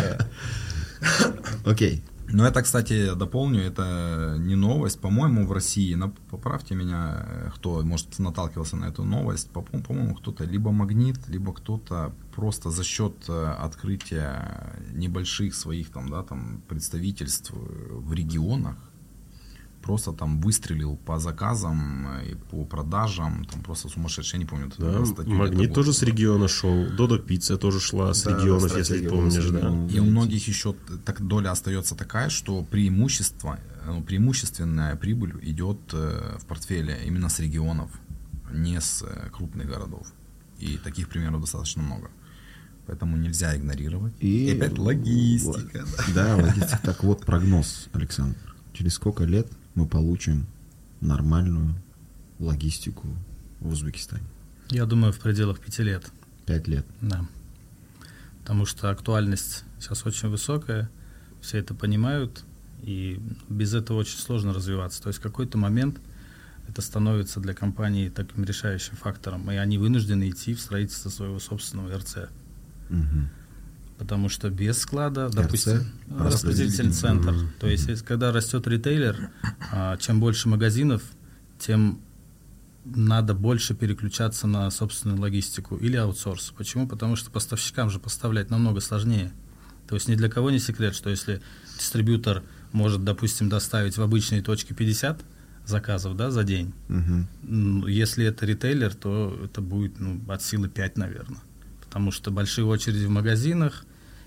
Окей. Но это, кстати, дополню, это не новость. По-моему, в России, поправьте меня, кто, может, наталкивался на эту новость, по-моему, кто-то либо Магнит, либо кто-то просто за счет открытия небольших своих там, да, там, представительств в регионах просто там выстрелил по заказам и по продажам, там просто сумасшедший, я не помню. Да, Магнит тоже с региона шел, Додо Пицца тоже шла с да, регионов, да, если помнишь, да. И у многих еще так доля остается такая, что преимущество, ну, преимущественная прибыль идет в портфеле именно с регионов, не с крупных городов. И таких примеров достаточно много. Поэтому нельзя игнорировать. И, и опять логистика. Да, да, логистика. Так вот, прогноз, Александр. Через сколько лет мы получим нормальную логистику в Узбекистане? Я думаю, в пределах пяти лет. Пять лет. Да. Потому что актуальность сейчас очень высокая, все это понимают, и без этого очень сложно развиваться. То есть в какой-то момент это становится для компании таким решающим фактором, и они вынуждены идти в строительство своего собственного эр цэ. Угу. Потому что без склада, эр цэ, допустим, распределительный центр. Mm-hmm. То есть, если, когда растет ритейлер, а, чем больше магазинов, тем надо больше переключаться на собственную логистику или аутсорс. Почему? Потому что поставщикам же поставлять намного сложнее. То есть ни для кого не секрет, что если дистрибьютор может, допустим, доставить в обычные точки пятьдесят заказов, да, за день, mm-hmm. если это ритейлер, то это будет, ну, от силы пять, наверное. Потому что большие очереди в магазинах,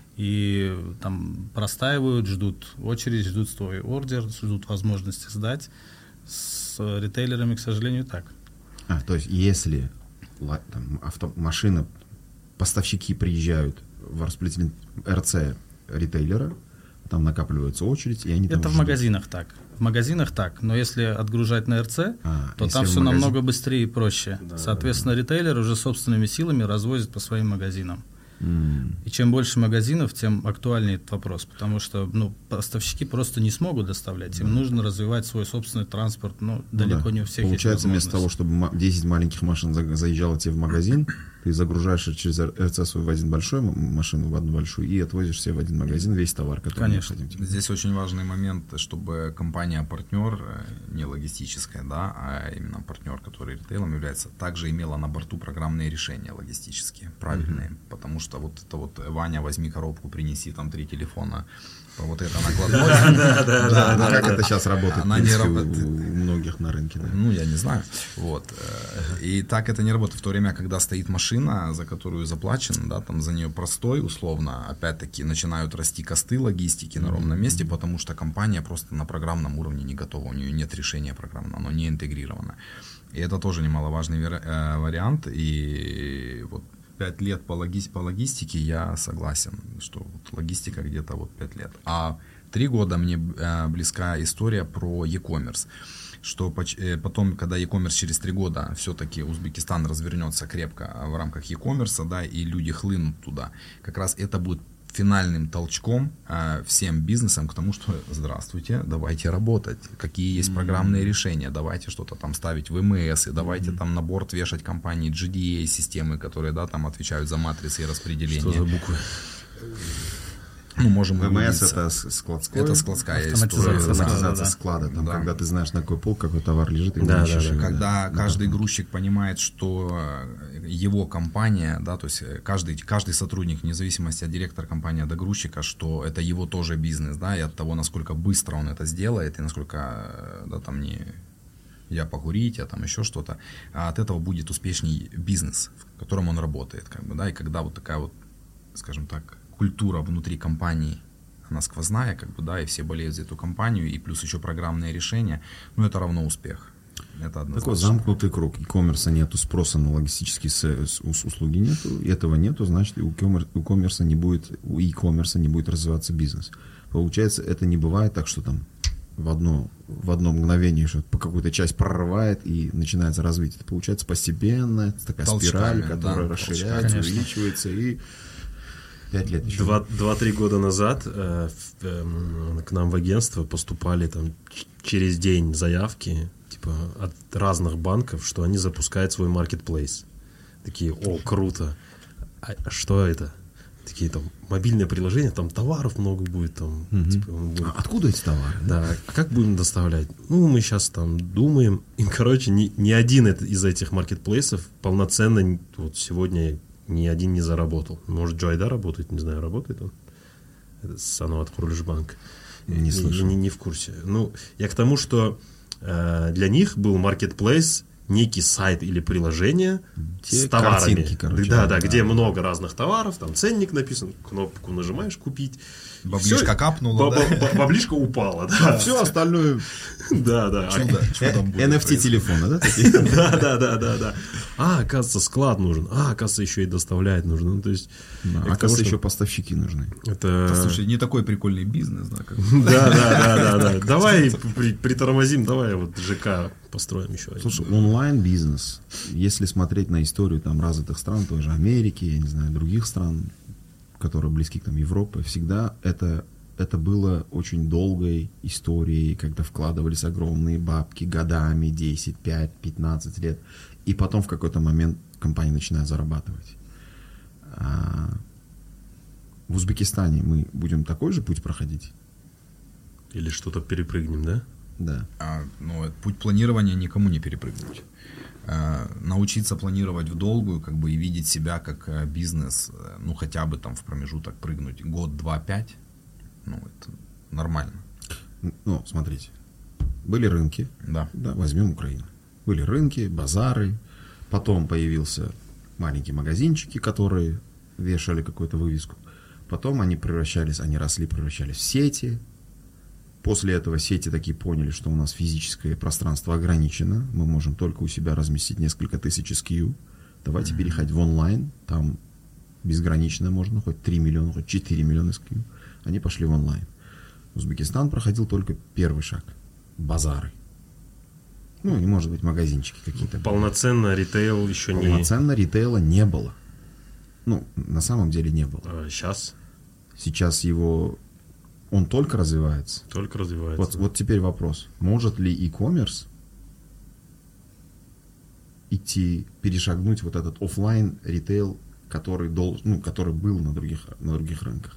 и там простаивают, ждут очередь, ждут свой ордер, ждут возможности сдать. С ритейлерами, к сожалению, так. А, то есть, если там, авто, машина, поставщики приезжают в распределительный эр цэ ритейлера, там накапливается очередь, и они там Это в ждут. магазинах так. В магазинах так, но если отгружать на эр цэ, а, то там все магазин... намного быстрее и проще. Да, Соответственно, да, да. ритейлер уже собственными силами развозит по своим магазинам. Mm. И чем больше магазинов, тем актуальнее этот вопрос, потому что, ну, поставщики просто не смогут доставлять, им mm. нужно развивать свой собственный транспорт, но ну, далеко да. не у всех Получается, есть вместо того, чтобы десять маленьких машин заезжало тебе в магазин, ты загружаешь через эр цэ свой в один большой машину, в одну большую, и отвозишь себе в один магазин весь товар, который Конечно. необходим. Здесь очень важный момент, чтобы компания-партнер, не логистическая, да, а именно партнер, который ритейлом является, также имела на борту программные решения логистические, правильные, mm-hmm. потому что вот это вот, Ваня, возьми коробку, принеси там три телефона, вот это накладной. Да, да, да. Как это сейчас работает? Она не работает. У многих на рынке. Ну, я не знаю. Вот. И так это не работает. В то время, когда стоит машина, за которую заплачено, да, там за нее простой, условно, опять-таки начинают расти косты логистики на ровном месте, потому что компания просто на программном уровне не готова, у нее нет решения программного, оно не интегрировано. И это тоже немаловажный вариант. И вот пять лет по, логи- по логистике я согласен, что вот логистика где-то вот пять лет. А три года мне э, близка история про e-commerce, что поч- э, потом, когда e-commerce через три года все-таки Узбекистан развернется крепко в рамках e-commerce, да, и люди хлынут туда, как раз это будет финальным толчком э, всем бизнесам к тому, что здравствуйте, давайте работать, какие есть mm-hmm. программные решения, давайте что-то там ставить в эм эс, и давайте mm-hmm. там на борт вешать компании джи ди эй системы, которые, да, там отвечают за матрицы и распределение. Что за буквы? Ну, можем ВМС это складская. Это складская автоматизация, история. Автоматизация да, склада. Там, да. Когда ты знаешь, на какой пол какой товар лежит, и Да, ищешь да, да. его, Когда да. каждый Да. грузчик понимает, что его компания, да, то есть каждый, каждый сотрудник, вне зависимости от директора компании до грузчика, что это его тоже бизнес, да, и от того, насколько быстро он это сделает, и насколько, да, там не я покурить, а там еще что-то, а от этого будет успешней бизнес, в котором он работает, как бы, да, и когда вот такая вот, скажем так, культура внутри компании, она сквозная, как бы, да, и все болеют за эту компанию, и плюс еще программные решения, ну, это равно успех. Это однозначно. Такой замкнутый круг. E-commerce нету, спроса на логистические услуги нету, этого нету, значит, у e-commerce не будет, у e-commerce не будет развиваться бизнес. Получается, это не бывает так, что там в одно, в одно мгновение что по какую-то часть прорывает и начинается развитие. Это получается постепенно, это такая Толчками, спираль, которая да, расширяется, толчками, увеличивается и пять лет еще. Два- Два-три года назад э, в- э, к нам в агентство поступали там ч- через день заявки типа от разных банков, что они запускают свой маркетплейс. Такие, о, круто. А что это? Такие там мобильное приложение, там товаров много будет, там. Мгм. Типа, он будет- А откуда эти товары? Да, а как будем доставлять? Ну, мы сейчас там думаем. И, короче, ни, ни один это- из этих маркетплейсов полноценно н- вот сегодня ни один не заработал. Может, Джойда работает, не знаю, работает он. Это Сануат Хурульшбанк. Не Я слышал. Не, не в курсе. Ну, я к тому, что э, для них был маркетплейс, некий сайт или приложение Те с товарами. картинки, короче, да, да, да, да, где да. много разных товаров, там ценник написан, кнопку нажимаешь «Купить». Баблишко Всё, капнуло, ба- да? ба- ба- Баблишко упало, да. Все остальное Да, да. Чудо, что там будет эн эф ти происходить? телефона, да? такие? Да, да, да, да, да. А, оказывается, склад нужен. А, оказывается, еще и доставлять нужно. Ну, то есть, Да, я к тому, Оказывается, что еще поставщики нужны. это... Да, слушай, не такой прикольный бизнес, да, как Да, да, да, да, да. Давай при- притормозим, давай вот ЖК построим еще один. Слушай, онлайн-бизнес, если смотреть на историю там развитых стран, той же Америки, я не знаю, других стран, которые близки к там, Европе, всегда это, это было очень долгой историей, когда вкладывались огромные бабки годами, десять, пять, пятнадцать лет, и потом в какой-то момент компания начинает зарабатывать. А в Узбекистане мы будем такой же путь проходить? Или что-то перепрыгнем, да? Да. А, ну, это путь планирования никому не перепрыгнуть. А, научиться планировать в долгую, как бы, и видеть себя как а, бизнес, а, ну, хотя бы там в промежуток прыгнуть год, два, пять, ну, это нормально. Ну, смотрите, были рынки, Да. да, возьмем Украину. Были рынки, базары, потом появился маленькие магазинчики, которые вешали какую-то вывеску. Потом они превращались, они росли, превращались в сети. После этого сети такие поняли, что у нас физическое пространство ограничено, мы можем только у себя разместить несколько тысяч эс кей ю. Давайте mm-hmm. переходить в онлайн, там безгранично можно, хоть три миллиона, хоть четыре миллиона эс кей ю. Они пошли в онлайн. Узбекистан проходил только первый шаг. Базары. Ну, и, может быть, магазинчики какие-то. Полноценно ритейл еще не... Полноценно ритейла не было. Ну, на самом деле не было. А сейчас Сейчас его... Он только развивается. только развивается. Вот, вот теперь вопрос. Может ли e-commerce идти, перешагнуть вот этот офлайн ритейл, который, должен, ну, который был на других, на других рынках?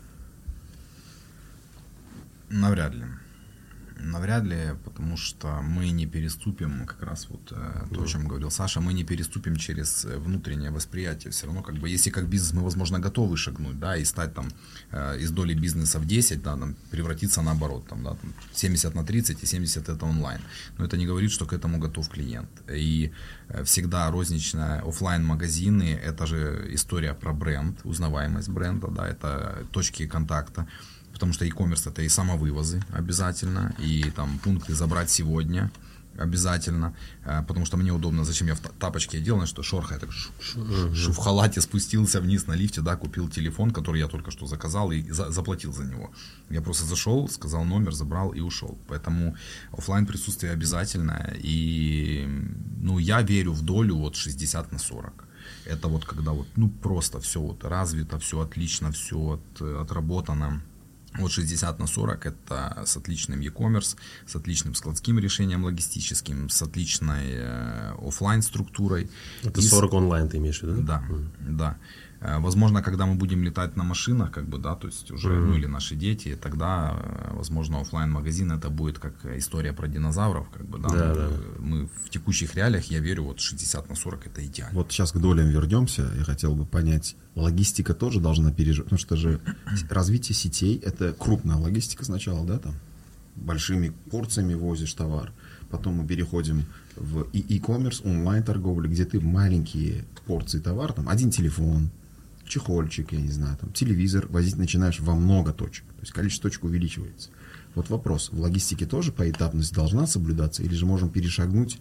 Навряд ли. Навряд ли, потому что мы не переступим, как раз вот э, то, о чем говорил Саша, мы не переступим через внутреннее восприятие. Все равно, как бы, если как бизнес мы, возможно, готовы шагнуть, да, и стать там э, из доли бизнеса в десять, да, там, превратиться наоборот, там, да, там, семьдесят на тридцать и семьдесят это онлайн. Но это не говорит, что к этому готов клиент. И э, всегда розничные офлайн-магазины, это же история про бренд, узнаваемость бренда, да, это точки контакта. Потому что e-commerce это и самовывозы обязательно, и там пункты забрать сегодня обязательно, потому что мне удобно, зачем я в тапочке одел, что шорха, я так шу, шу, шу, шу, в халате спустился вниз на лифте, да, купил телефон, который я только что заказал и за, заплатил за него. Я просто зашел, сказал номер, забрал и ушел. Поэтому офлайн присутствие обязательно, и ну, я верю в долю вот шестьдесят на сорок. Это вот когда вот, ну, просто все вот развито, все отлично, все от, отработано. Вот шестьдесят на сорок это с отличным e-commerce, с отличным складским решением логистическим, с отличной э, офлайн структурой. Это сорок онлайн ты имеешь в виду? Да, Mm. да. Возможно, когда мы будем летать на машинах, как бы, да, то есть уже, mm-hmm. ну или наши дети, тогда, возможно, офлайн-магазин это будет как история про динозавров, как бы, да. Да, да. Мы в текущих реалиях, я верю, вот шестьдесят на сорок это идеально. Вот сейчас к долям вернемся, я хотел бы понять, логистика тоже должна переживать, потому что же развитие сетей, это крупная логистика сначала, да, там, большими порциями возишь товар, потом мы переходим в e-commerce, онлайн-торговлю, где ты маленькие порции товара, там, один телефон, чехольчик, я не знаю, там, телевизор возить начинаешь во много точек. То есть количество точек увеличивается. Вот вопрос, в логистике тоже поэтапность должна соблюдаться, или же можем перешагнуть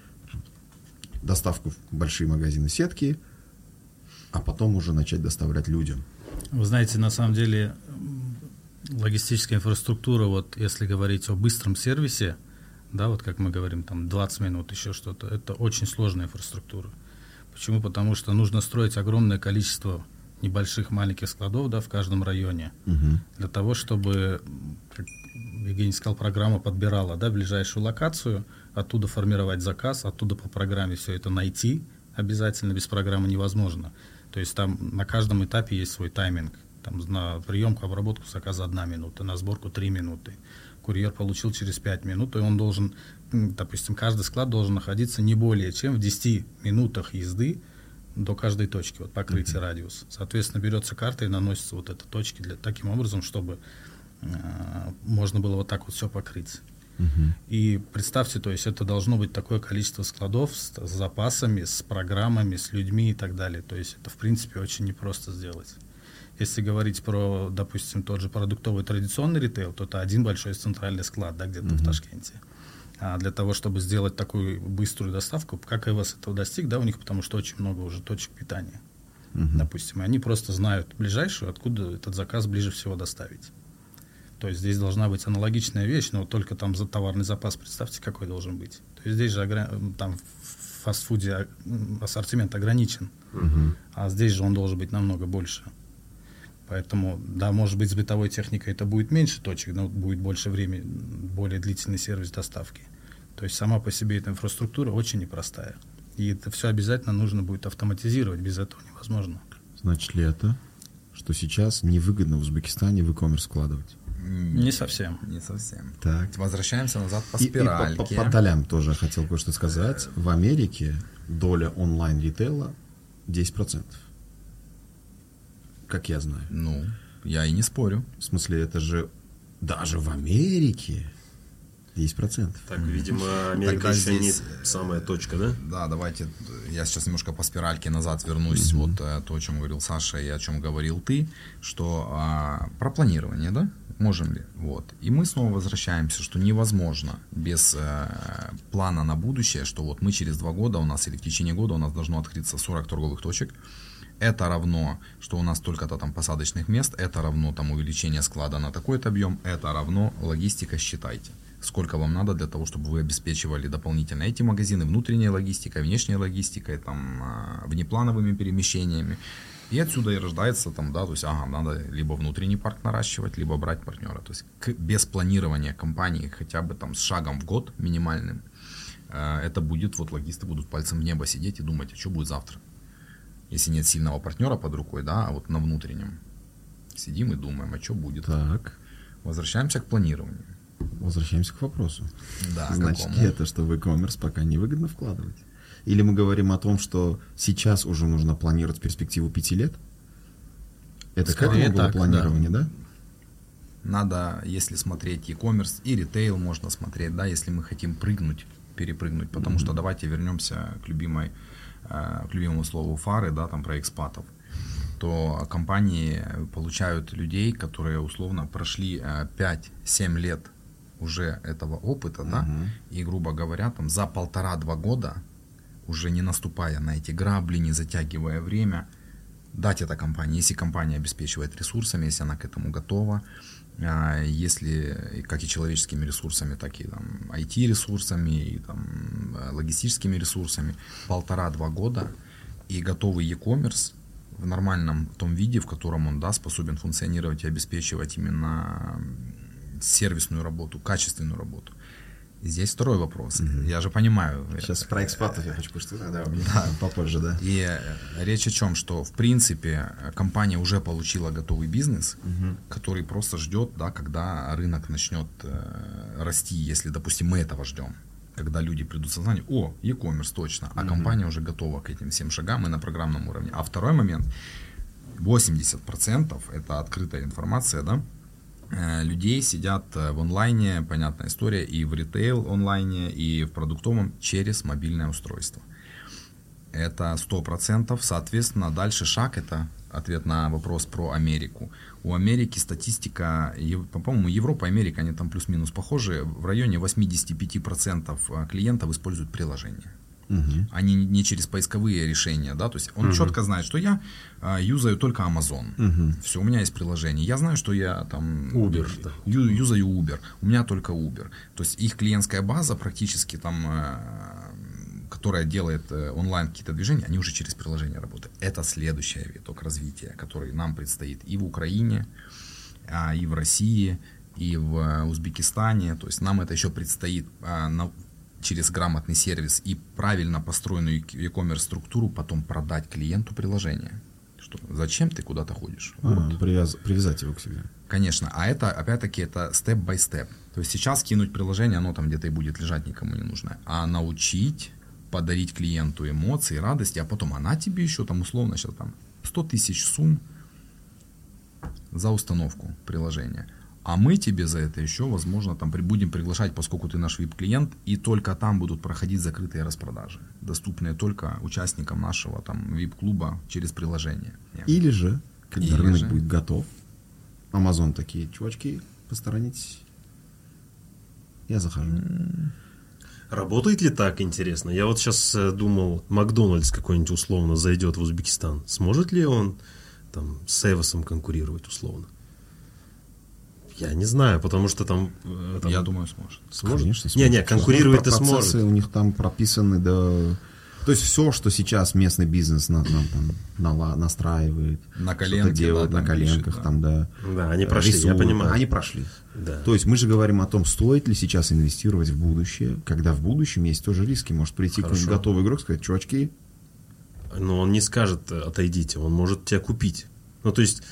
доставку в большие магазины сетки, а потом уже начать доставлять людям? Вы знаете, на самом деле логистическая инфраструктура, вот если говорить о быстром сервисе, да, вот как мы говорим, там двадцать минут, еще что-то, это очень сложная инфраструктура. Почему? Потому что нужно строить огромное количество небольших маленьких складов, да, в каждом районе, угу. для того, чтобы, как Евгений сказал, программа подбирала, да, ближайшую локацию, оттуда формировать заказ, оттуда по программе все это найти обязательно, без программы невозможно. То есть там на каждом этапе есть свой тайминг. Там на приемку, обработку заказа одна минута, на сборку три минуты. Курьер получил через пять минут, и он должен, допустим, каждый склад должен находиться не более чем в десяти минутах езды до каждой точки, вот покрытие, mm-hmm. радиус. Соответственно, берется карта и наносится вот эта точки для, таким образом, чтобы э, можно было вот так вот все покрыть. Mm-hmm. И представьте, то есть это должно быть такое количество складов с, с запасами, с программами, с людьми и так далее. То есть это, в принципе, очень непросто сделать. Если говорить про, допустим, тот же продуктовый традиционный ритейл, то это один большой центральный склад, да, где-то mm-hmm. в Ташкенте. А для того, чтобы сделать такую быструю доставку, как Эвос этого достиг, да, у них, потому что очень много уже точек питания, uh-huh. допустим, и они просто знают ближайшую, откуда этот заказ ближе всего доставить. То есть здесь должна быть аналогичная вещь, но только там за товарный запас, представьте, какой должен быть. То есть здесь же огр... там в фастфуде ассортимент ограничен, uh-huh. а здесь же он должен быть намного больше. Поэтому, да, может быть, с бытовой техникой это будет меньше точек, но будет больше времени, более длительный сервис доставки. То есть сама по себе эта инфраструктура очень непростая. И это все обязательно нужно будет автоматизировать, без этого невозможно. Значит ли это, что сейчас невыгодно в Узбекистане в e-commerce вкладывать? Не совсем. Не совсем. Так. Возвращаемся назад по и, спиральке. И по, по, по долям тоже хотел кое-что сказать. В Америке доля онлайн-ритейла десять процентов. Как я знаю. Ну, я и не спорю. В смысле, это же даже в Америке десять процентов. Так, видимо, Америка Тогда еще здесь... не самая точка, да? Да, давайте, я сейчас немножко по спиральке назад вернусь. Mm-hmm. Вот то, о чем говорил Саша и о чем говорил ты, что а, про планирование, да? Можем ли? Вот. И мы снова возвращаемся, что невозможно без э, плана на будущее, что вот мы через два года у нас или в течение года у нас должно открыться сорок торговых точек. Это равно, что у нас столько-то там посадочных мест, это равно там увеличение склада на такой-то объем, это равно логистика, считайте. Сколько вам надо для того, чтобы вы обеспечивали дополнительно эти магазины, внутренняя логистика, внешняя логистика, там, внеплановыми перемещениями. И отсюда и рождается там, да, то есть, ага, надо либо внутренний парк наращивать, либо брать партнера. То есть к, без планирования компании хотя бы там с шагом в год минимальным, э, это будет, вот логисты будут пальцем в небо сидеть и думать, а что будет завтра. Если нет сильного партнера под рукой, да, а вот на внутреннем сидим и думаем, а что будет. Так. Возвращаемся к планированию. Возвращаемся к вопросу. Да, значит ли это, что в e-commerce пока невыгодно вкладывать? Или мы говорим о том, что сейчас уже нужно планировать перспективу пяти лет? Это Скорее как было так, планирование, да. да? Надо, если смотреть e-commerce и ритейл, можно смотреть, да, если мы хотим прыгнуть, перепрыгнуть. Потому mm-hmm. что давайте вернемся к любимой к любимому слову фары, да, там про экспатов, то компании получают людей, которые условно прошли пять-семь лет уже этого опыта, uh-huh. да, и, грубо говоря, там за полтора-два года, уже не наступая на эти грабли, не затягивая время, дать это компании, если компания обеспечивает ресурсами, если она к этому готова, если как и человеческими ресурсами, так и там, ай ти-ресурсами, и там, логистическими ресурсами, полтора-два года, и готовый e-commerce в нормальном том виде, в котором он, да, способен функционировать и обеспечивать именно сервисную работу, качественную работу. Здесь второй вопрос. Mm-hmm. Я же понимаю. Сейчас про экспатов я хочу что-то, да, да, попозже, да. И речь о чем, что в принципе компания уже получила готовый бизнес, mm-hmm. который просто ждет, да, когда рынок начнет э, расти, если, допустим, мы этого ждем. Когда люди придут в сознание, о, e-commerce точно, а mm-hmm. компания уже готова к этим всем шагам и на программном уровне. А второй момент, восемьдесят процентов это открытая информация, да, людей сидят в онлайне, понятная история, и в ритейл онлайне, и в продуктовом через мобильное устройство. Это сто процентов. Соответственно, дальше шаг, это ответ на вопрос про Америку. У Америки статистика, по-моему, Европа и Америка, они там плюс-минус похожи, в районе восемьдесят пять процентов клиентов используют приложение. Угу. Они не через поисковые решения, да, то есть он угу. четко знает, что я а, юзаю только Amazon, угу. все, у меня есть приложение, я знаю, что я там Uber, ю, юзаю Uber, у меня только Uber, то есть их клиентская база практически там, а, которая делает а, онлайн какие-то движения, они уже через приложение работают. Это следующий виток развития, который нам предстоит и в Украине, а, и в России, и в Узбекистане, то есть нам это еще предстоит а, на через грамотный сервис и правильно построенную e-commerce структуру потом продать клиенту приложение. Что, зачем ты куда-то ходишь? А, вот. привяз, привязать его к себе. Конечно, а это, опять-таки, это степ-бай-степ. То есть сейчас кинуть приложение, оно там где-то и будет лежать, никому не нужно. А научить, подарить клиенту эмоции, радости, а потом она тебе еще там условно сейчас там сто тысяч сумм за установку приложения. А мы тебе за это еще, возможно, там будем приглашать, поскольку ты наш ви ай пи-клиент, и только там будут проходить закрытые распродажи, доступные только участникам нашего там ви ай пи-клуба через приложение. Или же, когда Или рынок же. будет готов, Amazon такие, чувачки, посторонитесь, я захожу. Работает ли так, интересно? Я вот сейчас думал, Макдональдс какой-нибудь условно зайдет в Узбекистан. Сможет ли он там с Эвосом конкурировать условно? Я не знаю, потому что там... там я думаю, сможет. Сможет? Конечно, сможет. Не, не, конкурировать-то сможет. У них там прописаны, да... То есть все, что сейчас местный бизнес на, на, там, на, настраивает, на коленке, делает да, на коленках, пишет, там, да. Да, они прошли, рисуют, я понимаю. Они прошли. Да. То есть мы же говорим о том, стоит ли сейчас инвестировать в будущее, когда в будущем есть тоже риски. Может прийти Хорошо. какой-нибудь готовый игрок и сказать, чувачки... Но он не скажет, отойдите, он может тебя купить. Ну, то есть...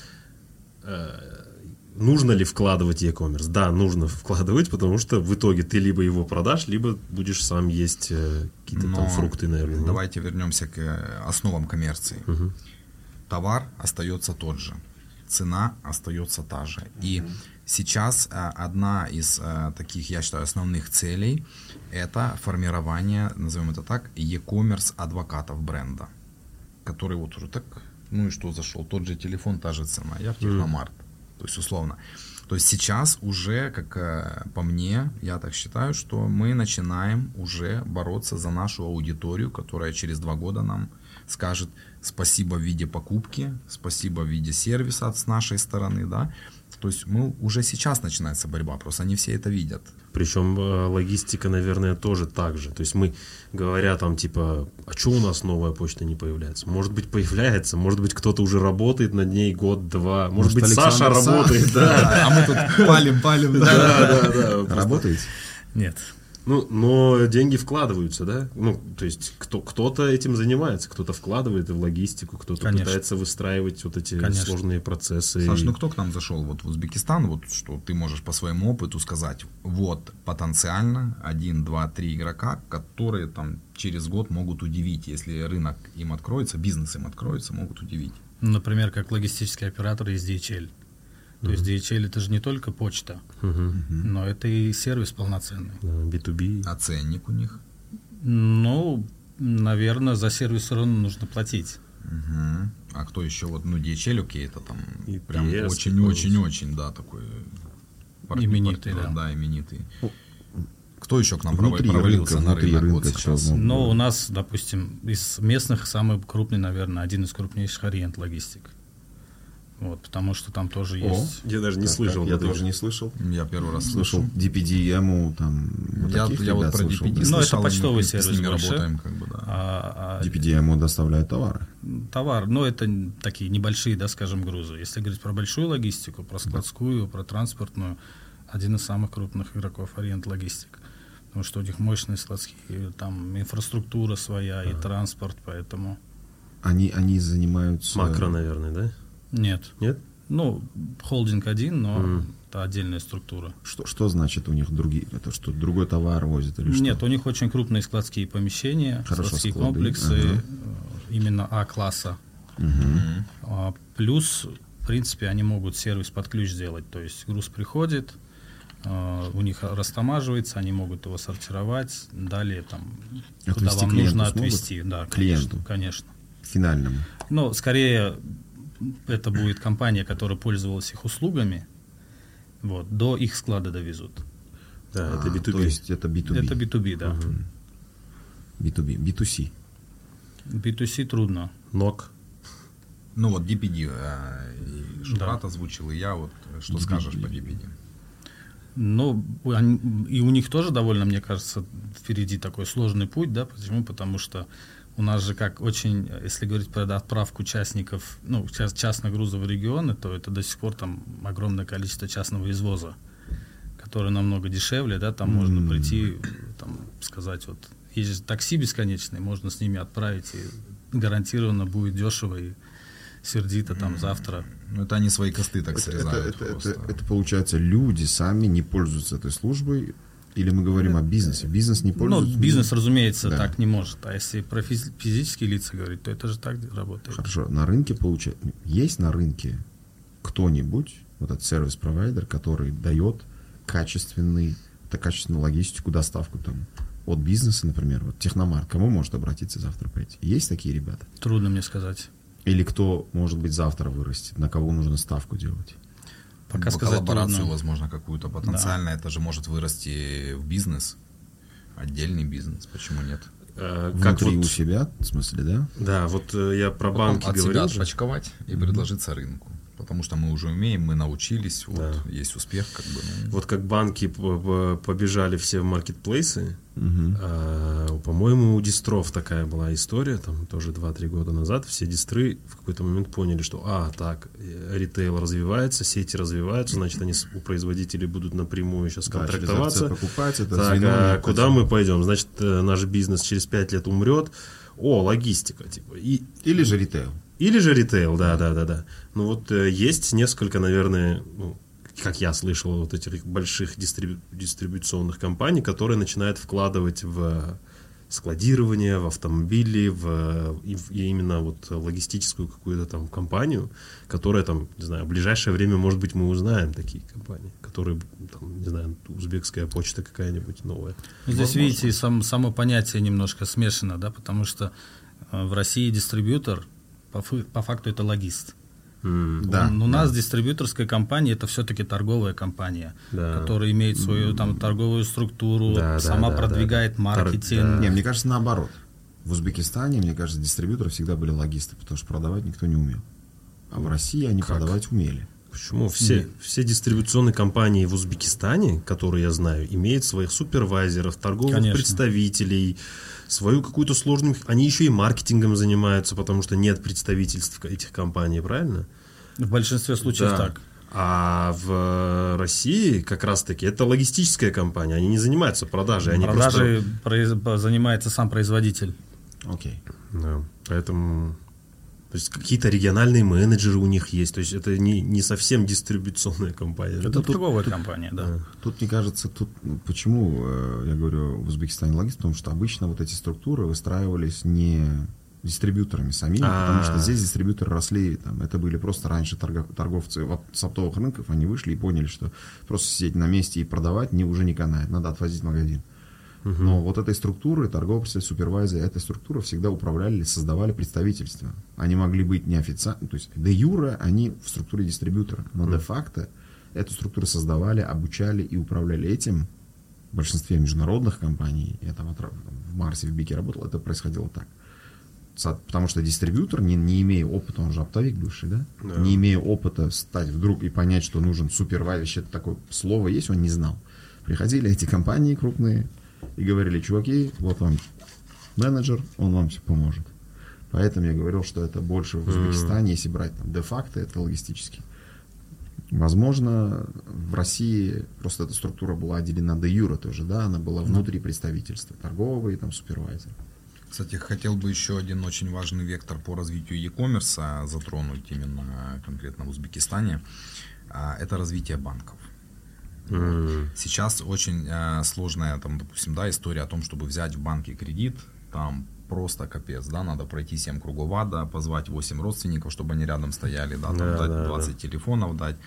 Нужно ли вкладывать e-commerce? Да, нужно вкладывать, потому что в итоге ты либо его продашь, либо будешь сам есть э, какие-то Но там фрукты, наверное. Давайте нет? вернемся к основам коммерции. Угу. Товар остается тот же, цена остается та же. И угу. сейчас э, одна из э, таких, я считаю, основных целей – это формирование, назовем это так, e-commerce адвокатов бренда, который вот уже так, ну и что зашел, тот же телефон, та же цена, я в Техномарт. Угу. То есть условно. То есть сейчас уже, как по мне, я так считаю, что мы начинаем уже бороться за нашу аудиторию, которая через два года нам скажет спасибо в виде покупки, спасибо в виде сервиса с нашей стороны, да. То есть мы, уже сейчас начинается борьба, просто они все это видят. Причем логистика, наверное, тоже так же. То есть мы, говоря там типа, а что у нас новая почта не появляется? Может быть, появляется, может быть, кто-то уже работает над ней год-два, может, может быть, Саша работает. А мы тут палим-палим. Да, да, да. Работаете? Нет. Ну, но деньги вкладываются, да? Ну, то есть кто, кто-то этим занимается, кто-то вкладывает в логистику, кто-то Конечно. пытается выстраивать вот эти Конечно. сложные процессы. Саш, ну кто к нам зашел вот в Узбекистан, вот что ты можешь по своему опыту сказать, вот потенциально один, два, три игрока, которые там через год могут удивить, если рынок им откроется, бизнес им откроется, могут удивить. Например, как логистический оператор из ди эйч эл. То uh-huh. есть ди эйч эл это же не только почта, uh-huh. но это и сервис полноценный. Uh, би ту би. А ценник у них? Ну, наверное, за сервис все равно нужно платить. Uh-huh. А кто еще? Вот, ну, ди эйч эл, окей, это там и прям очень-очень-очень, да, такой партнер, именитый, партнер, да. да, именитый. Кто еще к нам внутри провалился рынка, на рынок рынка, вот сейчас? Ну, у нас, допустим, из местных самый крупный, наверное, один из крупнейших Ориент Логистик. Вот, потому что там тоже О, есть. Я даже не как, слышал. Как, я тоже не слышал. Я первый раз слышал. ди пи ди эм, там вот я, я вот про ди пи ди Ну, слышал, это почтовый мы сервис с ними больше. работаем, как бы, да. А, а, ди пи ди эм доставляет товары. Товар, но это такие небольшие, да, скажем, грузы. Если говорить про большую логистику, про складскую, про транспортную, один из самых крупных игроков Ориент Логистик. потому что у них мощные складские, там инфраструктура своя и транспорт, поэтому... Они, они занимаются... Макро, наверное, да? Нет. Нет? Ну, холдинг один, но Mm. это отдельная структура. Что, что значит у них другие? Это что, другой товар возят или что? Нет, у них очень крупные складские помещения, Хорошо, складские склады. комплексы, Ага. именно А-класса. Угу. А, плюс, в принципе, они могут сервис под ключ сделать. То есть груз приходит, а, у них растамаживается, они могут его сортировать, далее там, куда Отвезти вам клиенту нужно смогут? отвезти. Да, Клиенту? Конечно, конечно. Финальному. Но скорее это будет компания, которая пользовалась их услугами, вот, до их склада довезут. Да, А, это би ту би. То есть это би ту би. Это би ту би, да. би ту би. би ту си. би ту си трудно. нок. Ну вот ди пи ди, э, и Шурат Да. озвучил, и я вот, что ди пи ди. скажешь по ди пи ди? Ну, они- и у них тоже довольно, мне кажется, впереди такой сложный путь, да, почему? Потому что у нас же как очень, если говорить про отправку участников, ну, част- частных грузов в регионы, то это до сих пор там огромное количество частного извоза, которое намного дешевле, да, там можно прийти, там, сказать, вот, есть же такси бесконечные, можно с ними отправить, и гарантированно будет дешево и сердито там завтра. Ну, это они свои косты так Это, это, срезают это, просто. это- это получается, люди сами не пользуются этой службой, или мы говорим о бизнесе? Бизнес не Ну, пользуется? бизнес, разумеется, Да. так не может. А если про физи- физические лица говорить, то это же так работает. Хорошо, на рынке получается... Есть на рынке кто-нибудь, вот этот сервис-провайдер, который дает качественный, это качественную логистику, доставку там от бизнеса, например, вот Техномарт, кому может обратиться завтра пойти? Есть такие ребята? Трудно мне сказать. Или кто, может быть, завтра вырастет, на кого нужно ставку делать? Пока По сказать коллаборацию, трудно. возможно, какую-то потенциально, это же может вырасти в бизнес, отдельный бизнес, почему нет? Э, Как Внутри вот, у себя, в смысле, да? да, вот э, я про Потом банки от себя говорил же. отпочковать и предложиться рынку. Потому что мы уже умеем, мы научились, вот, Да. есть успех, как бы. Ну, Вот как банки п- п- побежали все в маркетплейсы, Мгм. а, по-моему, у дистров такая была история, там тоже два-три года назад, все дистры в какой-то момент поняли, что, а, так, э, ритейл развивается, сети развиваются, значит, они с- у производителей будут напрямую сейчас Да, через контрактоваться. эр цэ покупать, это Так, звено а не куда хотим. мы пойдем? Значит, э, наш бизнес через пять лет умрет. О, логистика, типа. И, Или же ритейл. или же ритейл, да, да, да, да. Ну вот э, есть несколько, наверное, ну, как я слышал, вот этих больших дистрибу- дистрибуционных компаний, которые начинают вкладывать в складирование, в автомобили, в, и в- и именно вот логистическую какую-то там компанию, которая там, не знаю, в ближайшее время, может быть, мы узнаем такие компании, которые, там, не знаю, узбекская почта какая-нибудь новая. Ну, Здесь, видите, сам, само понятие немножко смешано, да, потому что э, в России дистрибьютор по, фы- по факту это логист. М, Да, У нас дистрибьюторская компания это все-таки торговая компания, Да. которая имеет свою там торговую структуру, Да, да, сама да, продвигает да, да. маркетинг. Тор- да. Не, мне кажется, наоборот. В Узбекистане, мне кажется, дистрибьюторы всегда были логисты, потому что продавать никто не умел. А в России они Как? продавать умели. Почему? Все, все дистрибуционные компании в Узбекистане, которые я знаю, имеют своих супервайзеров, торговых Конечно. представителей, свою какую-то сложную... Они еще и маркетингом занимаются, потому что нет представительств этих компаний, правильно? В большинстве случаев Да. так. А в России как раз-таки это логистическая компания, они не занимаются продажей, они Продажи произ- занимается сам производитель. Окей. просто... Да, поэтому... То есть какие-то региональные менеджеры у них есть, то есть это не, не совсем дистрибуционная компания. Это торговая компания, да. Тут, мне кажется, тут ну, почему э, я говорю в Узбекистане логист, потому что обычно вот эти структуры выстраивались не дистрибьюторами самими, А. потому что здесь дистрибьюторы росли, там, это были просто раньше торгов- торговцы в- с оптовых рынков, они вышли и поняли, что просто сидеть на месте и продавать не, уже не канает, надо отвозить в магазин. Но вот этой структурой, торговый представитель, супервайзер, этой структурой всегда управляли, создавали представительства. Они могли быть неофициально, то есть де юре они в структуре дистрибьютора, но де-факто эту структуру создавали, обучали и управляли этим. В большинстве международных компаний, я там отра- в Марсе, в Бике работал, это происходило так. Со- Потому что дистрибьютор, не, не имея опыта, он же оптовик бывший, да? Да. Не имея опыта стать вдруг и понять, что нужен супервайзер, это такое слово есть, он не знал. Приходили эти компании крупные и говорили: чуваки, вот вам менеджер, он вам все поможет. Поэтому я говорил, что это больше в Узбекистане, если брать там де-факто, это логистический. Возможно, в России просто эта структура была отделена де юре тоже, да, она была внутри представительства, торгового и там супервайзер. Кстати, хотел бы еще один очень важный вектор по развитию e-commerce затронуть именно конкретно в Узбекистане. Это развитие банков. Mm. Сейчас очень сложная, там, допустим, да, история о том, чтобы взять в банке кредит, там просто капец, да, надо пройти семь кругов ада, позвать восемь родственников, чтобы они рядом стояли, да, там да, дать да, двадцать да. телефонов дать.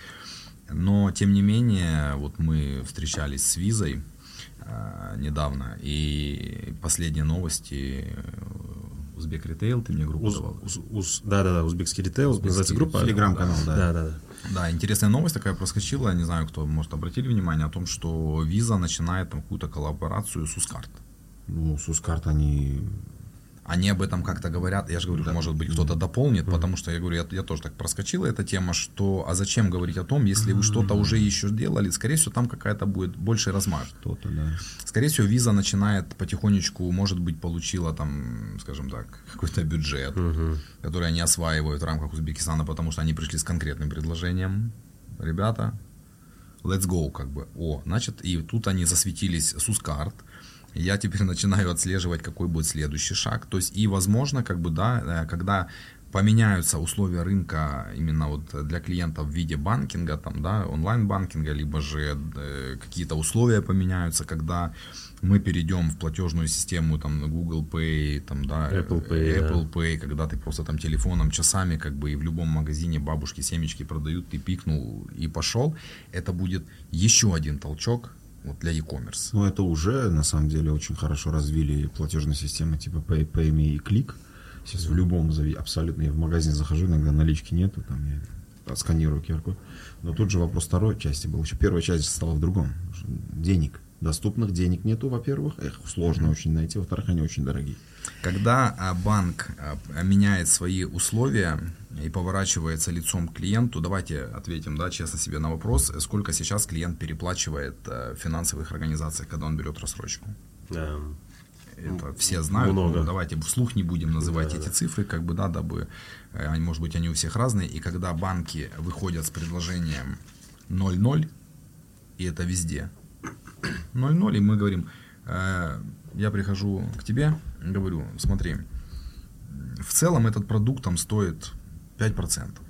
Но, тем не менее, вот мы встречались с Визой э, недавно, и последние новости, Узбек Ритейл, ты мне группу уз, давал? Уз, уз, да, да, да, Узбекский Ритейл, называется группа. Телеграм-канал, да. Да, да, да. Да, интересная новость такая проскочила, не знаю, кто, может, обратили внимание о том, что Виза начинает там какую-то коллаборацию с Ускарт. Ну, с Ускарт они... Они об этом как-то говорят, я же говорю, да. может быть, кто-то дополнит, mm-hmm. потому что, я говорю, я, я тоже так проскочила эта тема, что, а зачем говорить о том, если вы что-то уже еще делали, скорее всего, там какая-то будет больше размах. Что-то, да. Скорее всего, Виза начинает потихонечку, может быть, получила там, скажем так, какой-то бюджет, mm-hmm. который они осваивают в рамках Узбекистана, потому что они пришли с конкретным предложением. Ребята, let's go, как бы. О, значит, и тут они засветились с Ускарт. Я теперь начинаю отслеживать, какой будет следующий шаг. То есть, и возможно, как бы, да, когда поменяются условия рынка именно вот для клиентов в виде банкинга, там, да, онлайн-банкинга, либо же э, какие-то условия поменяются, когда мы перейдем в платежную систему там, Google Pay, там, да, Apple Pay, Apple да. Pay, когда ты просто там телефоном, часами, как бы, и в любом магазине бабушки семечки продают, ты пикнул и пошел, это будет еще один толчок вот для e-commerce. Ну, это уже, на самом деле, очень хорошо развили платежные системы типа Pay, PayMe и Click. Сейчас mm-hmm. в любом, абсолютно, я в магазин захожу, иногда налички нету, там я отсканирую ку ар код. Но тут же вопрос второй части был. Еще первая часть стала в другом. Денег. Доступных денег нету, во-первых. Их сложно mm-hmm. очень найти. Во-вторых, они очень дорогие. Когда банк меняет свои условия и поворачивается лицом к клиенту, давайте ответим, да, честно себе на вопрос, сколько сейчас клиент переплачивает в финансовых организациях, когда он берет рассрочку. Да. Это все знают. Много. Ну, давайте вслух не будем называть да, эти да. цифры, как бы, да, дабы, может быть, они у всех разные. И когда банки выходят с предложением ноль ноль, и это везде, ноль ноль, и мы говорим, э, я прихожу к тебе, говорю, смотри, в целом этот продукт там стоит пять процентов.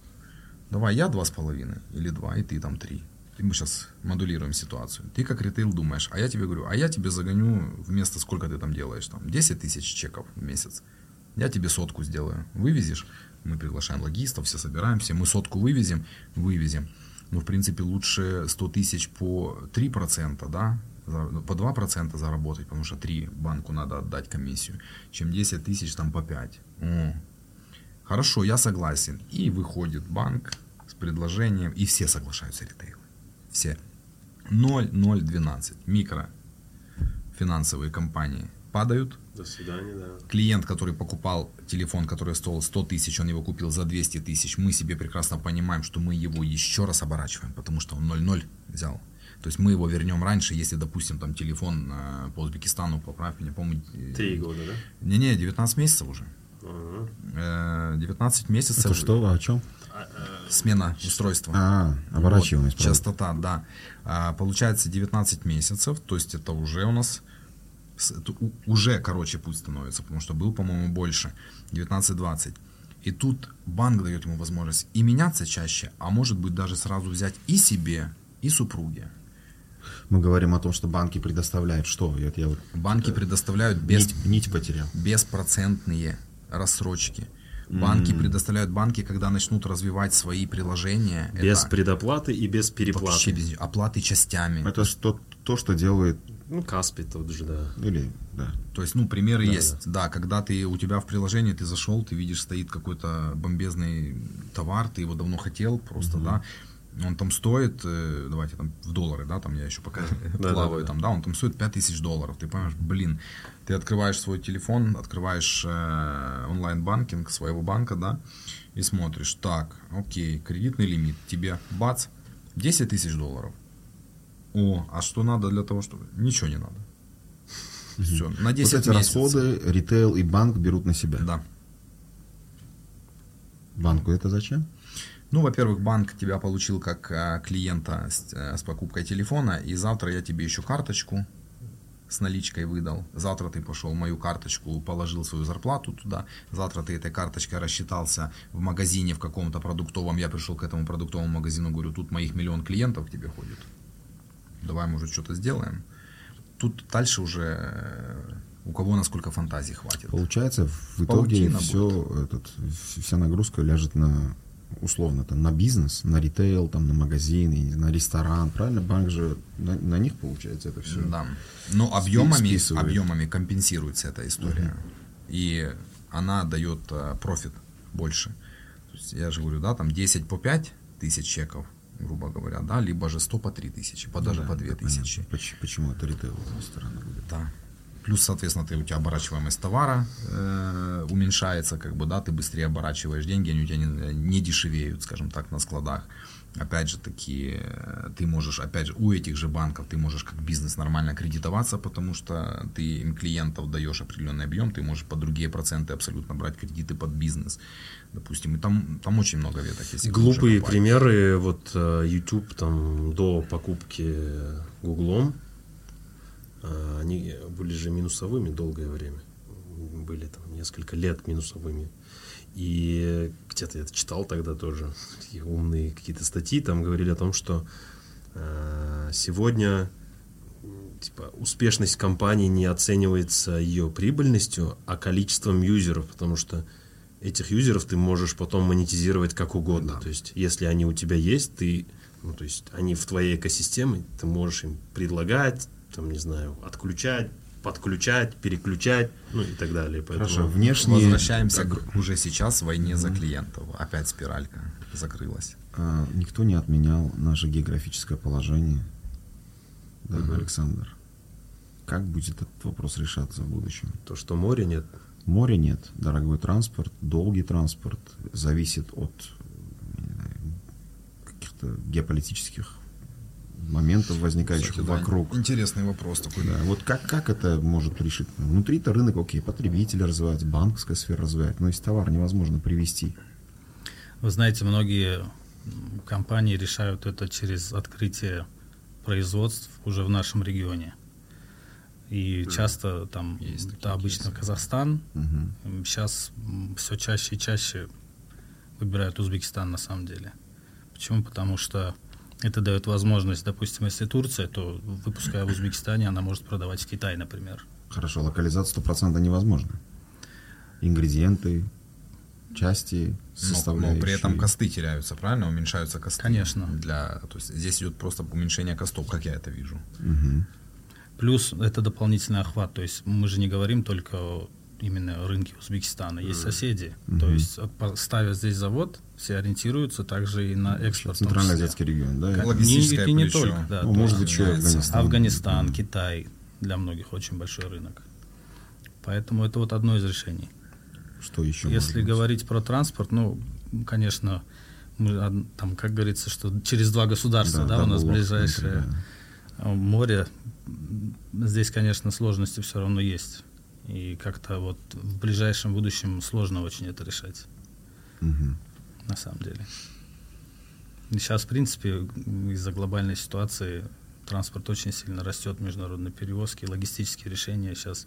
Давай я два с половиной или два, и ты там три. И мы сейчас модулируем ситуацию. Ты как ритейл думаешь, а я тебе говорю, а я тебе загоню вместо сколько ты там делаешь, там десять тысяч чеков в месяц. Я тебе сотку сделаю. Вывезешь, мы приглашаем логистов, все собираемся, мы сотку вывезем, вывезем. Ну, в принципе, лучше сто тысяч по три процента, да, по два процента заработать, потому что три банку надо отдать комиссию, чем десять тысяч там по пять. О, хорошо, я согласен. И выходит банк с предложением, и все соглашаются, ритейлы. Все. ноль ноль двенадцать. Микро финансовые компании падают. До свидания, да. Клиент, который покупал телефон, который стоил сто тысяч, он его купил за двести тысяч. Мы себе прекрасно понимаем, что мы его еще раз оборачиваем, потому что он ноль ноль взял. То есть мы его вернем раньше, если, допустим, там телефон э, по Узбекистану, поправь меня, помню. Три года, да? Не-не, девятнадцать месяцев уже. Uh-huh. Э, девятнадцать месяцев. Это что, о чем? Смена устройства. А, оборачиваемость. Вот, частота, да. А, получается девятнадцать месяцев, то есть это уже у нас, это уже короче путь становится, потому что был, по-моему, больше, девятнадцать-двадцать. И тут банк дает ему возможность и меняться чаще, а может быть даже сразу взять и себе, и супруге. Мы говорим о том, что банки предоставляют что? Я, я вот, банки э, предоставляют без, нить, нить потерял. беспроцентные рассрочки. Банки mm. предоставляют банки, когда начнут развивать свои приложения. Без это предоплаты и без переплаты. Вообще без оплаты частями. Это то, то, что делает... Ну, Каспий тот же, да. Или, да. То есть, ну, примеры да, есть. Да. да, когда ты, у тебя в приложении, ты зашел, ты видишь, стоит какой-то бомбезный товар, ты его давно хотел, просто, mm-hmm. да. Он там стоит, давайте там в доллары, да, там я еще пока плаваю, там, да, он там стоит пять тысяч долларов. Ты понимаешь, блин, ты открываешь свой телефон, открываешь э, онлайн-банкинг своего банка, да, и смотришь, так, окей, кредитный лимит, тебе бац, десять тысяч долларов. О, а что надо для того, чтобы... Ничего не надо. Все, на десять вот эти месяцев. расходы ритейл и банк берут на себя. Да. Банк банку это зачем? Ну, во-первых, банк тебя получил как а, клиента с, а, с покупкой телефона, и завтра я тебе еще карточку с наличкой выдал. Завтра ты пошел мою карточку, положил свою зарплату туда. Завтра ты этой карточкой рассчитался в магазине в каком-то продуктовом. Я пришел к этому продуктовому магазину, говорю, тут моих миллион клиентов к тебе ходит. Давай, может, что-то сделаем. Тут дальше уже у кого насколько фантазии хватит. Получается, в итоге все, этот, вся нагрузка ляжет на, условно, там, на бизнес, на ритейл, там, на магазины, на ресторан. Правильно? Банк же на, на них, получается, это все. Да. Но объемами, объемами компенсируется эта история. Uh-huh. И она дает uh, профит больше. То есть я же говорю, да, там десять по пять тысяч чеков, грубо говоря, да, либо же сто по три тысячи, по, даже да, по две тысячи. Почему, почему это ритейл ресторан будет? Да. Плюс, соответственно, ты, у тебя оборачиваемость товара э, уменьшается, как бы, да, ты быстрее оборачиваешь деньги, они у тебя не, не дешевеют, скажем так, на складах. Опять же таки, ты можешь, опять же, у этих же банков ты можешь как бизнес нормально кредитоваться, потому что ты им клиентов даешь определенный объем, ты можешь по другие проценты абсолютно брать кредиты под бизнес, допустим, и там, там очень много веток. Если глупые примеры, вот YouTube там до покупки Гуглом, они были же минусовыми долгое время, были там несколько лет минусовыми. И где-то я это читал тогда тоже, такие умные какие-то статьи, там говорили о том, что э, сегодня типа, успешность компании не оценивается ее прибыльностью, а количеством юзеров, потому что этих юзеров ты можешь потом монетизировать как угодно. Да. То есть, если они у тебя есть, ты, ну, то есть, они в твоей экосистеме, ты можешь им предлагать, там, не знаю, отключать, подключать, переключать, ну и так далее. Поэтому хорошо, внешне... Возвращаемся к уже сейчас в войне mm-hmm. за клиентов. Опять спиралька закрылась. А, никто не отменял наше географическое положение. Да, mm-hmm. Александр. Как будет этот вопрос решаться в будущем? То, что моря нет. Моря нет. Дорогой транспорт, долгий транспорт зависит от не знаю, каких-то геополитических моментов, возникающих Кстати, вокруг. Да, интересный вопрос такой. Да, вот как, как это может решить? Внутри-то рынок, окей, потребители развивать, банковская сфера развивать, но из товара невозможно привезти. Вы знаете, многие компании решают это через открытие производств уже в нашем регионе. И часто там, это обычно кейсы. Казахстан, угу. Сейчас все чаще и чаще выбирают Узбекистан на самом деле. Почему? Потому что это дает возможность, допустим, если Турция, то, выпуская в Узбекистане, она может продавать в Китай, например. Хорошо, локализация сто процентов невозможна. Ингредиенты, части, составляющие. Но, но при этом косты теряются, правильно? Уменьшаются косты. Конечно. Для, то есть здесь идет просто уменьшение костов, как я это вижу. Угу. Плюс это дополнительный охват. То есть мы же не говорим только о именно рынке Узбекистана. Есть соседи. Mm-hmm. То есть, ставя здесь завод, все ориентируются также и на экспорт. Центральноазиатский регион, да? Как, не, и не только. Да, ну, может быть, еще Афганистан. Афганистан, mm-hmm. Китай. Для многих очень большой рынок. Поэтому это вот одно из решений. Что еще? Если говорить про транспорт, ну, конечно, мы, там, как говорится, что через два государства, да, да у нас ближайшее да. море. Здесь, конечно, сложности все равно есть. И как-то вот в ближайшем будущем сложно очень это решать. Угу. На самом деле. И сейчас, в принципе, из-за глобальной ситуации транспорт очень сильно растет, международные перевозки, логистические решения сейчас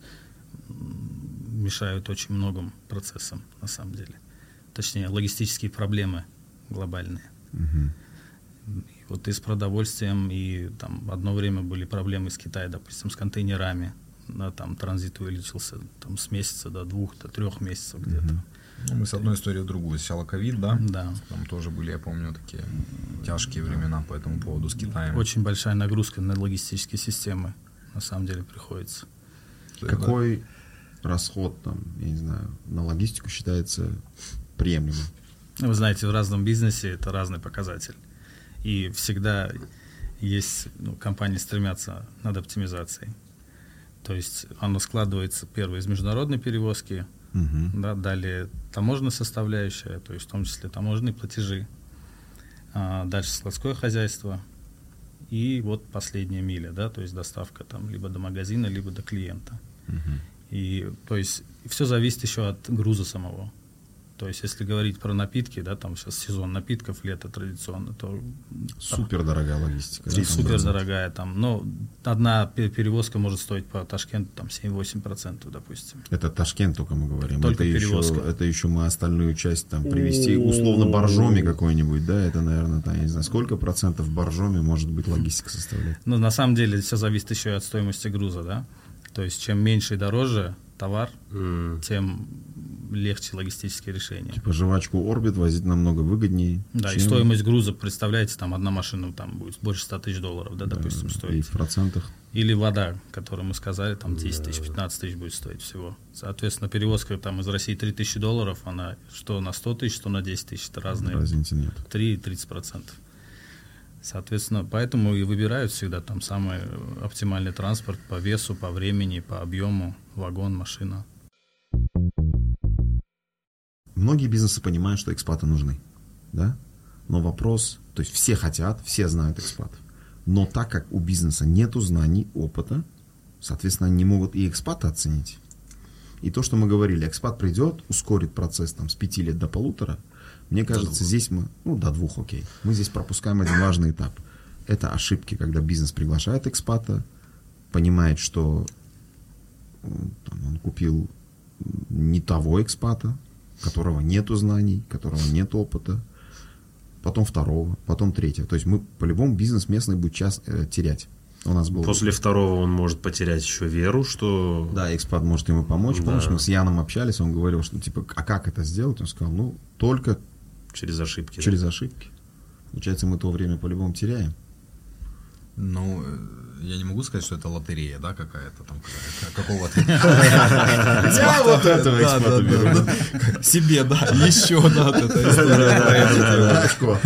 мешают очень многим процессам, на самом деле. Точнее, логистические проблемы глобальные. Угу. И вот и с продовольствием, и там одно время были проблемы с Китаем, допустим, с контейнерами. Да, там транзит увеличился там, с месяца до двух, до трех месяцев где-то. Mm-hmm. Ну, мы с одной истории в другую. Сначала ковид, да? Да. Там тоже были, я помню, такие тяжкие времена по этому поводу с Китаем. Очень большая нагрузка на логистические системы, на самом деле, приходится. Какой да. расход там, я не знаю, на логистику считается приемлемым? Вы знаете, в разном бизнесе это разный показатель. И всегда есть, ну, компании стремятся над оптимизацией. То есть оно складывается, первое, из международной перевозки, uh-huh. да, далее таможенная составляющая, то есть в том числе таможенные платежи, а дальше складское хозяйство и вот последняя миля, да, то есть доставка там либо до магазина, либо до клиента. Uh-huh. И то есть все зависит еще от груза самого. То есть, если говорить про напитки, да, там сейчас сезон напитков, лето традиционно, то... Супер дорогая логистика. Да, супер дорогая, там, но одна перевозка может стоить по Ташкенту там семь-восемь процентов, допустим. Это Ташкент только мы говорим. Только это перевозка. Еще, это еще мы остальную часть там привезти, условно, Боржоми какой-нибудь, да, это, наверное, там, я не знаю, сколько процентов Боржоми может быть логистика составлять? Ну, на самом деле, все зависит еще и от стоимости груза, да. То есть, чем меньше и дороже товар, mm. тем легче логистические решения. Типа жвачку Орбит возить намного выгоднее. Да, чем... и стоимость груза, представляете, там одна машина там будет больше ста тысяч долларов, да, да, допустим, стоит. И в процентах. Или вода, которую мы сказали, там десять тысяч, пятнадцать тысяч будет стоить всего. Соответственно, перевозка там из России три тысячи долларов, она что на сто тысяч, что на десять тысяч, это разные. Разницы нет. три-тридцать процентов. Соответственно, поэтому и выбирают всегда там самый оптимальный транспорт по весу, по времени, по объему, вагон, машина. Многие бизнесы понимают, что экспаты нужны, да? Но вопрос, то есть все хотят, все знают экспатов. Но так как у бизнеса нету знаний, опыта, соответственно, они не могут и экспата оценить. И то, что мы говорили, экспат придет, ускорит процесс там, с пяти лет до полутора. Мне кажется, здесь мы, ну, до двух, окей. Мы здесь пропускаем один важный этап. Это ошибки, когда бизнес приглашает экспата, понимает, что там, он купил не того экспата, которого нету знаний, которого нет опыта, потом второго, потом третьего. То есть мы по-любому бизнес местный будет час э, терять. У нас был... После второго он может потерять еще веру, что... Да, экспат может ему помочь. Да. Помнишь, мы с Яном общались, он говорил, что типа, а как это сделать? Он сказал, ну, только через ошибки. Через да? ошибки. Получается, мы то время по-любому теряем. Ну, я не могу сказать, что это лотерея, да, какая-то там, какого-то... Я вот этого экспата беру. Себе, да, еще, да, это очко.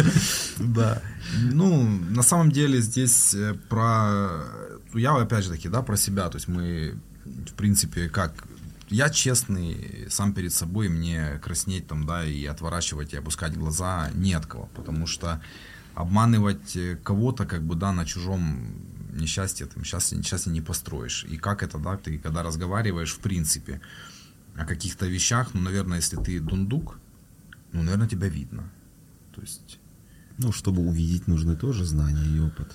Да. Ну, на самом деле здесь про... Я, опять же таки, да, про себя. То есть мы, в принципе, как... Я честный сам перед собой, мне краснеть там, да, и отворачивать, и опускать глаза не от кого. Потому что обманывать кого-то, как бы, да, на чужом несчастье, там, счастье, несчастье не построишь. И как это, да, ты когда разговариваешь, в принципе, о каких-то вещах, ну, наверное, если ты дундук, ну, наверное, тебя видно. То есть... Ну, чтобы увидеть, нужны тоже знания и опыт.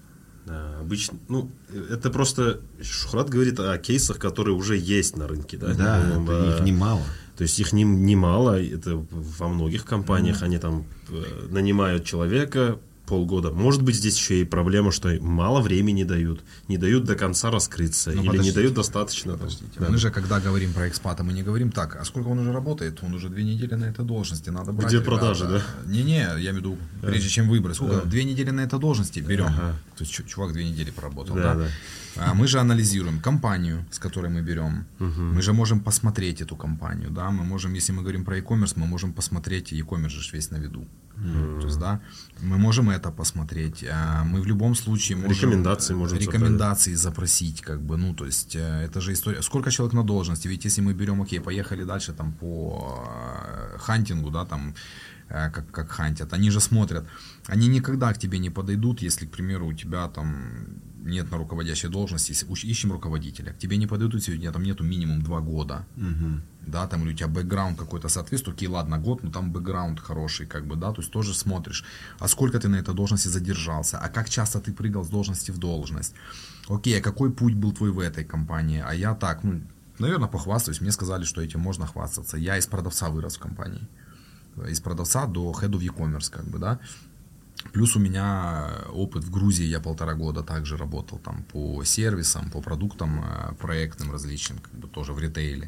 Да, обычно, ну, это просто Шухрат говорит о кейсах, которые уже есть на рынке, да? Да, ну, это а, их немало. То есть их не, немало, это во многих компаниях, mm-hmm. они там э, нанимают человека полгода. Может быть, здесь еще и проблема, что мало времени дают, не дают до конца раскрыться, ну, или подождите, не дают достаточно. Подождите. Да. Мы же, когда говорим про экспата, мы не говорим так, а сколько он уже работает? Он уже две недели на этой должности, надо брать. Где ребята. Продажи, да? Не-не, я имею в виду, прежде чем выбрать, сколько? Да. Две недели на этой должности берем. Ага. То есть чувак две недели проработал, да? да? да. А мы же анализируем компанию, с которой мы берем. Угу. Мы же можем посмотреть эту компанию, да? Мы можем, если мы говорим про e-commerce, мы можем посмотреть, e-commerce же весь на виду. Mm. То есть, да, мы можем это посмотреть. Мы в любом случае можем рекомендации, можем рекомендации запросить, как бы, ну, то есть, это же история. Сколько человек на должности? Ведь если мы берем, окей, поехали дальше там по хантингу, да, там, как, как хантят, они же смотрят. Они никогда к тебе не подойдут, если, к примеру, у тебя там нет на руководящей должности, ищем руководителя, к тебе не подойдут, если у тебя там нету минимум два года, угу. да, там или у тебя бэкграунд какой-то соответствует, окей, ладно, год, но там бэкграунд хороший, как бы, да, то есть тоже смотришь, а сколько ты на этой должности задержался, а как часто ты прыгал с должности в должность, окей, а какой путь был твой в этой компании, а я так, ну, наверное, похвастаюсь, мне сказали, что этим можно хвастаться, я из продавца вырос в компании, из продавца до head of e-commerce, как бы, да. Плюс у меня опыт в Грузии, я полтора года также работал там по сервисам, по продуктам проектным различным, как бы тоже в ритейле.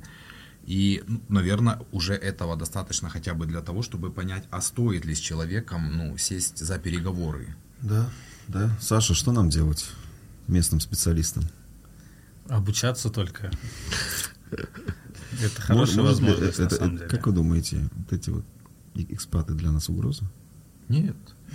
И, ну, наверное, уже этого достаточно хотя бы для того, чтобы понять, а стоит ли с человеком, ну, сесть за переговоры. Да, да. Саша, что нам делать местным специалистам? Обучаться только. Это хорошая возможность, на самом деле. Как вы думаете, вот эти вот экспаты для нас угроза? Нет.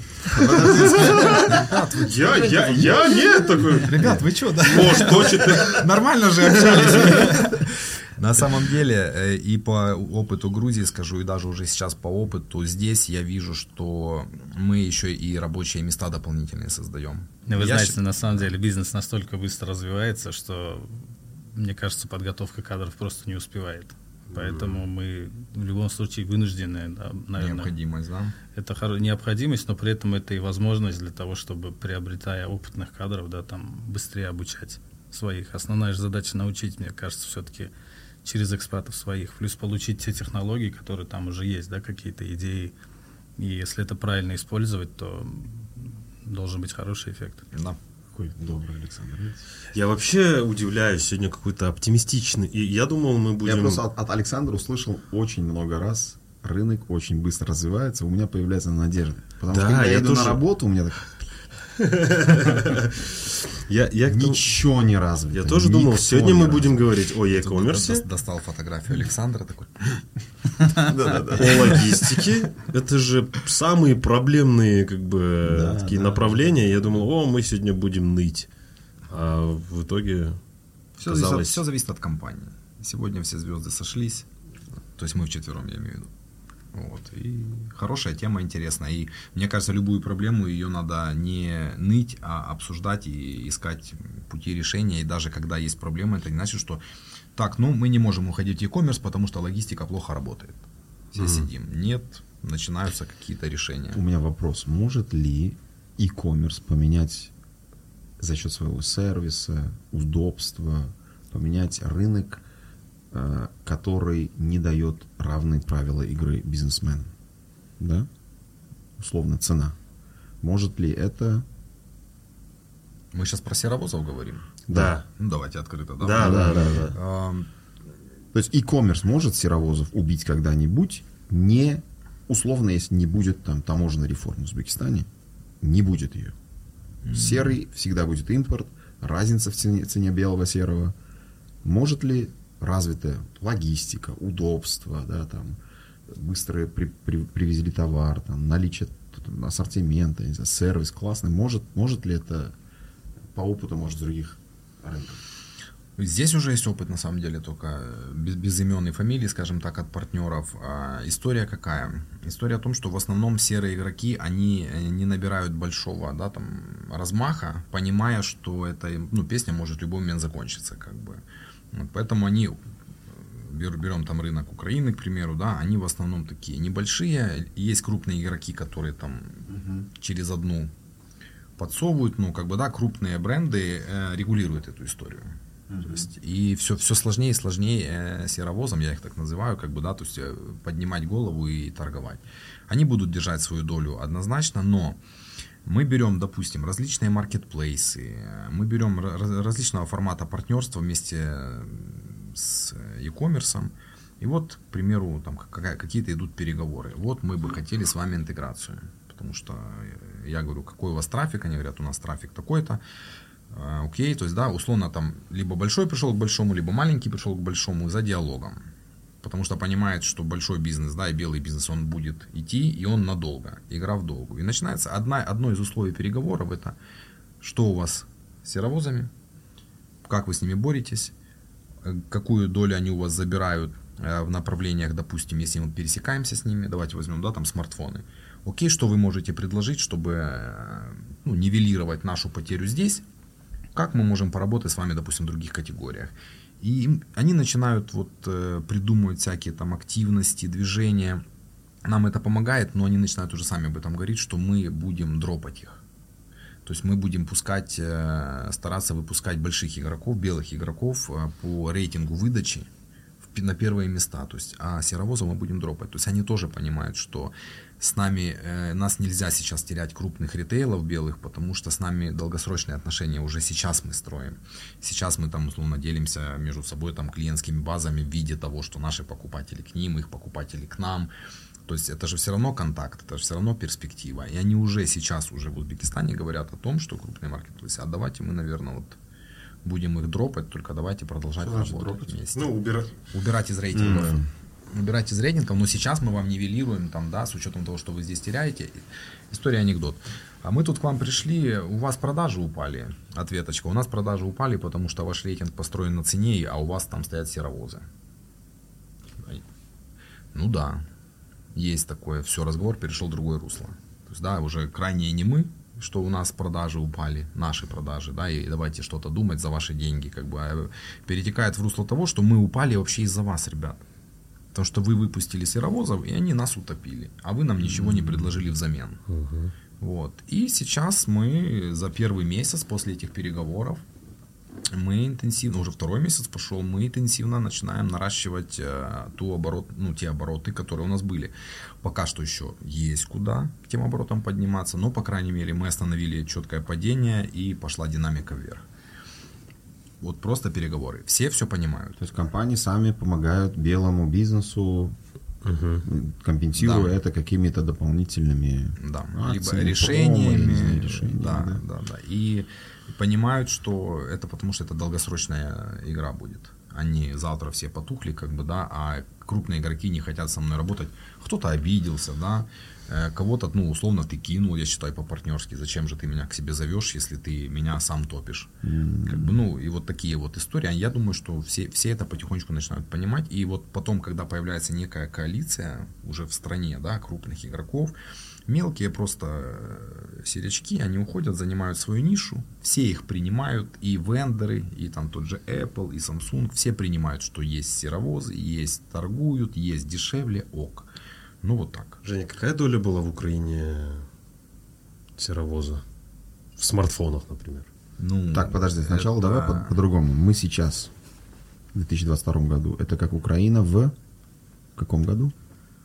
Я, я, я нет такой. Ребят, вы что, да? Может, хочет. Нормально же общались. На самом деле, и по опыту Грузии скажу, и даже уже сейчас по опыту здесь я вижу, что мы еще и рабочие места дополнительные создаем. Вы я знаете, ш... на самом деле бизнес настолько быстро развивается, что, мне кажется, подготовка кадров просто не успевает. Поэтому мы в любом случае вынуждены, да, наверное, необходимость, да? Это хор- необходимость, но при этом это и возможность для того, чтобы, приобретая опытных кадров, да, там быстрее обучать своих. Основная же задача научить, мне кажется, все-таки через экспатов своих, плюс получить те технологии, которые там уже есть, да, какие-то идеи. И если это правильно использовать, то должен быть хороший эффект. Да. Какой добрый Александр. Я вообще удивляюсь, сегодня какой-то оптимистичный. И я думал, мы будем... Я просто от, от Александра услышал очень много раз: рынок очень быстро развивается, у меня появляется надежда. Потому Да, что когда я, я иду тоже... на работу, у меня так... Я, я Ничего не развито. Я тоже Никто думал, сегодня не мы развит. будем говорить о Тут e-commerce, достал фотографию Александра такой. о логистике. Это же самые проблемные как бы Да, такие да, направления. Я думал, о, мы сегодня будем ныть. А в итоге Все, казалось... зависит, все зависит от компании. Сегодня все звезды сошлись. То есть мы вчетвером, я имею в виду. Вот. И хорошая тема, интересная. И мне кажется, любую проблему ее надо не ныть, а обсуждать и искать пути решения. И даже когда есть проблема, это не значит, что так, ну мы не можем уходить в e-commerce, потому что логистика плохо работает. Все mm-hmm. сидим. Нет, начинаются какие-то решения. У меня вопрос. Может ли e-commerce поменять за счет своего сервиса, удобства, поменять рынок, который не дает равные правила игры бизнесменам? Да? Условно, цена. Может ли это... Мы сейчас про серовозов говорим? Да. Ну, давайте открыто. Да, Да, да, да. да. А, То есть e-commerce может серовозов убить когда-нибудь, не условно, если не будет там таможенной реформы в Узбекистане, не будет ее. Mm-hmm. Серый всегда будет импорт, разница в цене, цене белого серого. Может ли развитая логистика, удобство, да, там, быстро при, при, привезли товар, там, наличие ассортимента, не знаю, сервис классный, может, может ли это по опыту, может, с других рынков? Здесь уже есть опыт, на самом деле, только без, без имен и фамилий, скажем так, от партнеров. А история какая? История о том, что в основном серые игроки, они не набирают большого, да, там, размаха, понимая, что эта, ну, песня может в любой момент закончиться, как бы. Вот, поэтому они, берем там рынок Украины, к примеру, да, они в основном такие небольшие. Есть крупные игроки, которые там uh-huh. через одну подсовывают, ну, как бы, да, крупные бренды э, регулируют эту историю. Uh-huh. То есть, и все, все сложнее и сложнее э, серовозам, я их так называю, как бы, да, то есть э, поднимать голову и торговать. Они будут держать свою долю однозначно, но мы берем, допустим, различные маркетплейсы, мы берем различного формата партнерства вместе с e-commerce. И вот, к примеру, там какие-то идут переговоры. Вот мы бы хотели с вами интеграцию. Потому что я говорю, какой у вас трафик? Они говорят, у нас трафик такой-то. Окей, то есть, да, условно там либо большой пришел к большому, либо маленький пришел к большому за диалогом. Потому что понимает, что большой бизнес, да, и белый бизнес, он будет идти, и он надолго, игра в долгу. И начинается одна, одно из условий переговоров, это что у вас с серовозами, как вы с ними боретесь, какую долю они у вас забирают в направлениях, допустим, если мы пересекаемся с ними, давайте возьмем, да, там смартфоны. Окей, что вы можете предложить, чтобы, ну, нивелировать нашу потерю здесь, как мы можем поработать с вами, допустим, в других категориях. И они начинают вот э, придумывать всякие там активности, движения. Нам это помогает, но они начинают уже сами об этом говорить, что мы будем дропать их. То есть мы будем пускать, э, стараться выпускать больших игроков, белых игроков э, по рейтингу выдачи в, на первые места. То есть, а серовозов мы будем дропать. То есть они тоже понимают, что с нами, э, нас нельзя сейчас терять крупных ритейлов белых, потому что с нами долгосрочные отношения уже сейчас мы строим. Сейчас мы там условно делимся между собой там клиентскими базами в виде того, что наши покупатели к ним, их покупатели к нам. То есть это же все равно контакт, это же все равно перспектива. И они уже сейчас уже в Узбекистане говорят о том, что крупные маркетплейсы, а давайте мы, наверное, вот будем их дропать, только давайте продолжать что работать дропать? вместе. Ну, убирать. Убирать из рейтингов. Mm. Убирать из рейтингов, но сейчас мы вам нивелируем, там, да, с учетом того, что вы здесь теряете. История анекдот. А мы тут к вам пришли, у вас продажи упали. Ответочка. У нас продажи упали, потому что ваш рейтинг построен на цене, а у вас там стоят серовозы. Ну да, есть такое. Все, разговор перешел в другое русло. То есть, да, уже крайне не мы, что у нас продажи упали, наши продажи, да, и давайте что-то думать за ваши деньги, как бы, а перетекает в русло того, что мы упали вообще из-за вас, ребят. Потому что вы выпустили серовозов, и они нас утопили, а вы нам ничего не предложили взамен. Угу. Вот. И сейчас мы за первый месяц после этих переговоров, мы интенсивно, уже второй месяц пошел, мы интенсивно начинаем наращивать э, ту оборот, ну, те обороты, которые у нас были. Пока что еще есть куда к тем оборотам подниматься, но, по крайней мере, мы остановили четкое падение и пошла динамика вверх. Вот просто переговоры. Все все понимают. То есть компании сами помогают белому бизнесу, угу. компенсируя да. это какими-то дополнительными да. акциями, либо решениями. промо, решениями да, да. Да, да. И понимают, что это потому, что это долгосрочная игра будет. Они завтра все потухли, как бы, да, а крупные игроки не хотят со мной работать. Кто-то обиделся, да, кого-то, ну, условно, ты кинул, я считаю, по-партнерски. Зачем же ты меня к себе зовешь, если ты меня сам топишь? Mm-hmm. Как бы, ну, и вот такие вот истории. Я думаю, что все, все это потихонечку начинают понимать. И вот потом, когда появляется некая коалиция уже в стране, да, крупных игроков, мелкие просто серячки, они уходят, занимают свою нишу, все их принимают, и вендоры, и там тот же Apple, и Samsung, все принимают, что есть серовозы, есть торгуют, есть дешевле, ок. Ну вот так. Женя, какая доля была в Украине серовоза? В смартфонах, например. Ну, так, подожди, сначала это... давай по- по-другому. Мы сейчас, в две тысячи двадцать втором году, это как Украина в каком году?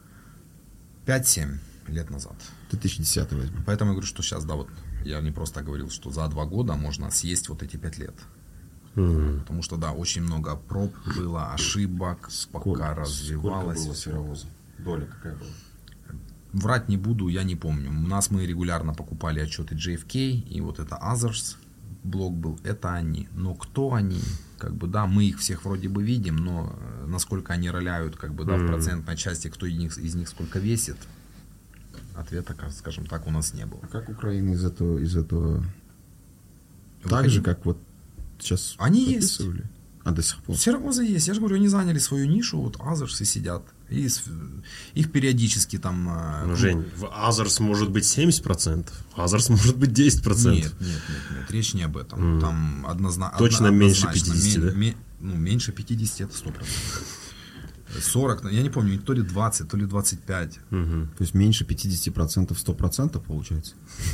пять-семь лет назад. две тысячи десятый возьмем. Поэтому я говорю, что сейчас, да, вот я не просто говорил, что за два года можно съесть вот эти пять лет. Mm-hmm. Потому что, да, очень много проб было, ошибок, сколько, пока развивалось. Сколько было серовоза? Доля какая была? Врать не буду, я не помню. У нас мы регулярно покупали отчеты джей эф кей, и вот это Others блок был, это они. Но кто они? Как бы, да, мы их всех вроде бы видим, но насколько они роляют, как бы, да, mm-hmm. в процентной части, кто из них, из них сколько весит, ответа, скажем так, у нас не было. А как Украина из этого, из этого Выходи. так же, как вот сейчас они есть. А до сих пор? Серовозы есть. Я же говорю, они заняли свою нишу, вот Others и сидят. И их периодически там... Ну, Жень, в Others может быть семьдесят процентов, Others может быть десять процентов. Нет, нет, нет, нет, речь не об этом. Mm. Там однозна... Точно одно, меньше пятидесяти, ме- да? ме- ну, меньше пятидесяти это сто процентов. сорок, я не помню, то ли двадцать, то ли двадцать пять. Угу. То есть меньше пятьдесят процентов сто процентов получается?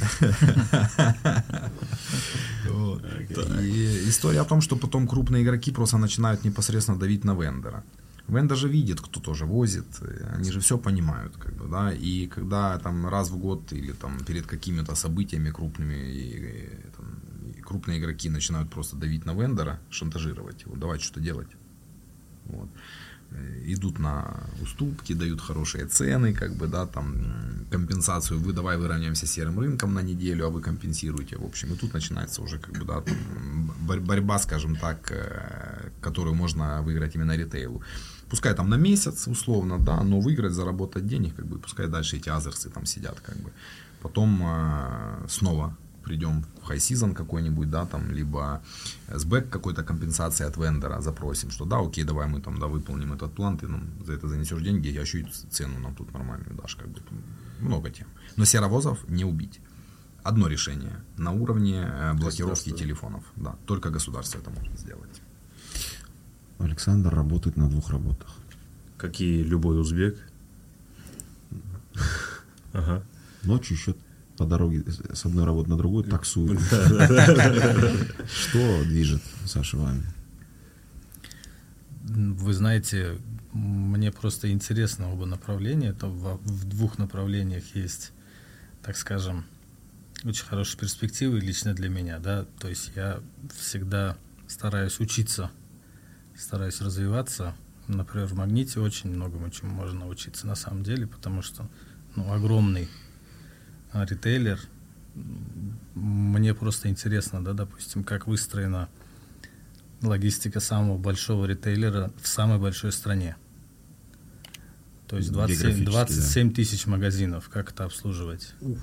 И история о том, что потом крупные игроки просто начинают непосредственно давить на вендора. Вендор же видит, кто тоже возит, они же все понимают, как бы, да, и когда там раз в год или там перед какими-то событиями крупными и, и, там, и крупные игроки начинают просто давить на вендора, шантажировать его, давать что-то делать, вот. Идут на уступки, дают хорошие цены, как бы, да, там, компенсацию, вы давай выровняемся с серым рынком на неделю, а вы компенсируете, в общем, и тут начинается уже, как бы, да, там, борьба, скажем так, которую можно выиграть именно ритейлу. Пускай там на месяц, условно, да, но выиграть, заработать денег, как бы, пускай дальше эти азерсы там сидят, как бы. Потом э, снова придем в хай-сезон какой-нибудь, да, там, либо с бэк какой-то компенсации от вендора запросим, что да, окей, давай мы там, да, выполним этот план, ты нам за это занесешь деньги, я еще и цену нам тут нормальную дашь, как бы, много тем. Но серовозов не убить. Одно решение на уровне блокировки телефонов, да, только государство это может сделать. Александр работает на двух работах. Как и любой узбек. Ага. Ночью еще по дороге с одной работы на другую таксует. Что движет, Саша, вами? Вы знаете, мне просто интересно оба направления. Это в, в двух направлениях есть, так скажем, очень хорошие перспективы лично для меня, да. То есть я всегда стараюсь учиться, стараюсь развиваться. Например, в Магните очень многому чему можно научиться на самом деле, потому что, ну, огромный ритейлер. Мне просто интересно, да, допустим, как выстроена логистика самого большого ритейлера в самой большой стране. То есть двадцать семь, двадцать семь да. тысяч магазинов, как это обслуживать. Уф.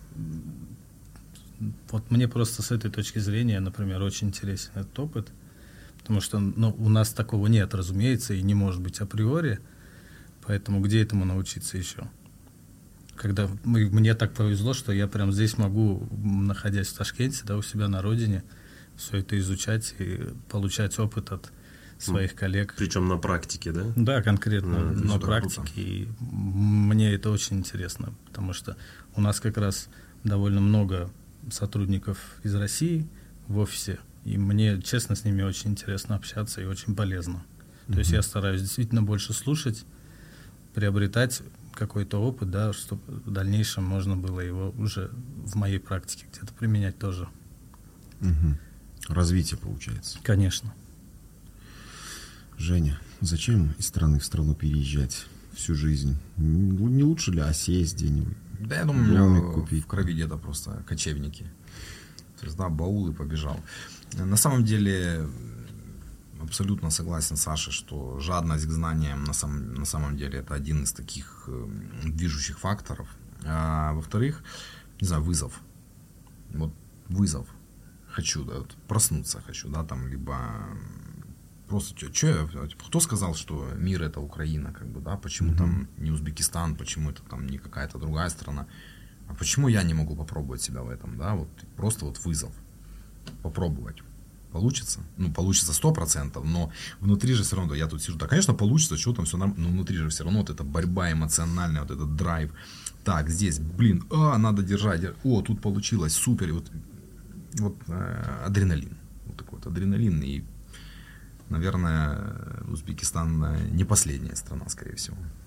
Вот мне просто с этой точки зрения, например, очень интересен этот опыт, потому что, ну, у нас такого нет, разумеется, и не может быть априори, поэтому где этому научиться еще? Когда мы, мне так повезло, что я прям здесь могу, находясь в Ташкенте, да, у себя на родине, все это изучать и получать опыт от своих коллег. Причем на практике, да? Да, конкретно А, на практике. И мне это очень интересно, потому что у нас как раз довольно много сотрудников из России в офисе, и мне, честно, с ними очень интересно общаться и очень полезно. То mm-hmm. есть я стараюсь действительно больше слушать, приобретать какой-то опыт, да, чтобы в дальнейшем можно было его уже в моей практике где-то применять тоже. Угу. Развитие получается. Конечно. Женя, зачем из страны в страну переезжать всю жизнь? Не лучше ли осесть где-нибудь? Да, я думаю, купить? В крови где-то просто кочевники. То есть, да, баул и побежал. На самом деле, абсолютно согласен с Сашей, что жадность к знаниям на самом, на самом деле это один из таких э, движущих факторов. А во-вторых, не знаю, вызов. Вот вызов. Хочу, да, вот проснуться хочу, да, там, либо просто, чё, чё, кто сказал, что мир это Украина, как бы, да, почему mm-hmm. там не Узбекистан, почему это там не какая-то другая страна, а почему я не могу попробовать себя в этом, да, вот просто вот вызов, попробовать. Получится? Ну, получится сто процентов, но внутри же все равно, да, я тут сижу, да, конечно, получится, что там все нормально, но внутри же все равно вот эта борьба эмоциональная, вот этот драйв, так, здесь, блин, а, надо держать, о, тут получилось, супер, и вот, вот э, адреналин, вот такой вот адреналин, и, наверное, Узбекистан не последняя страна, скорее всего.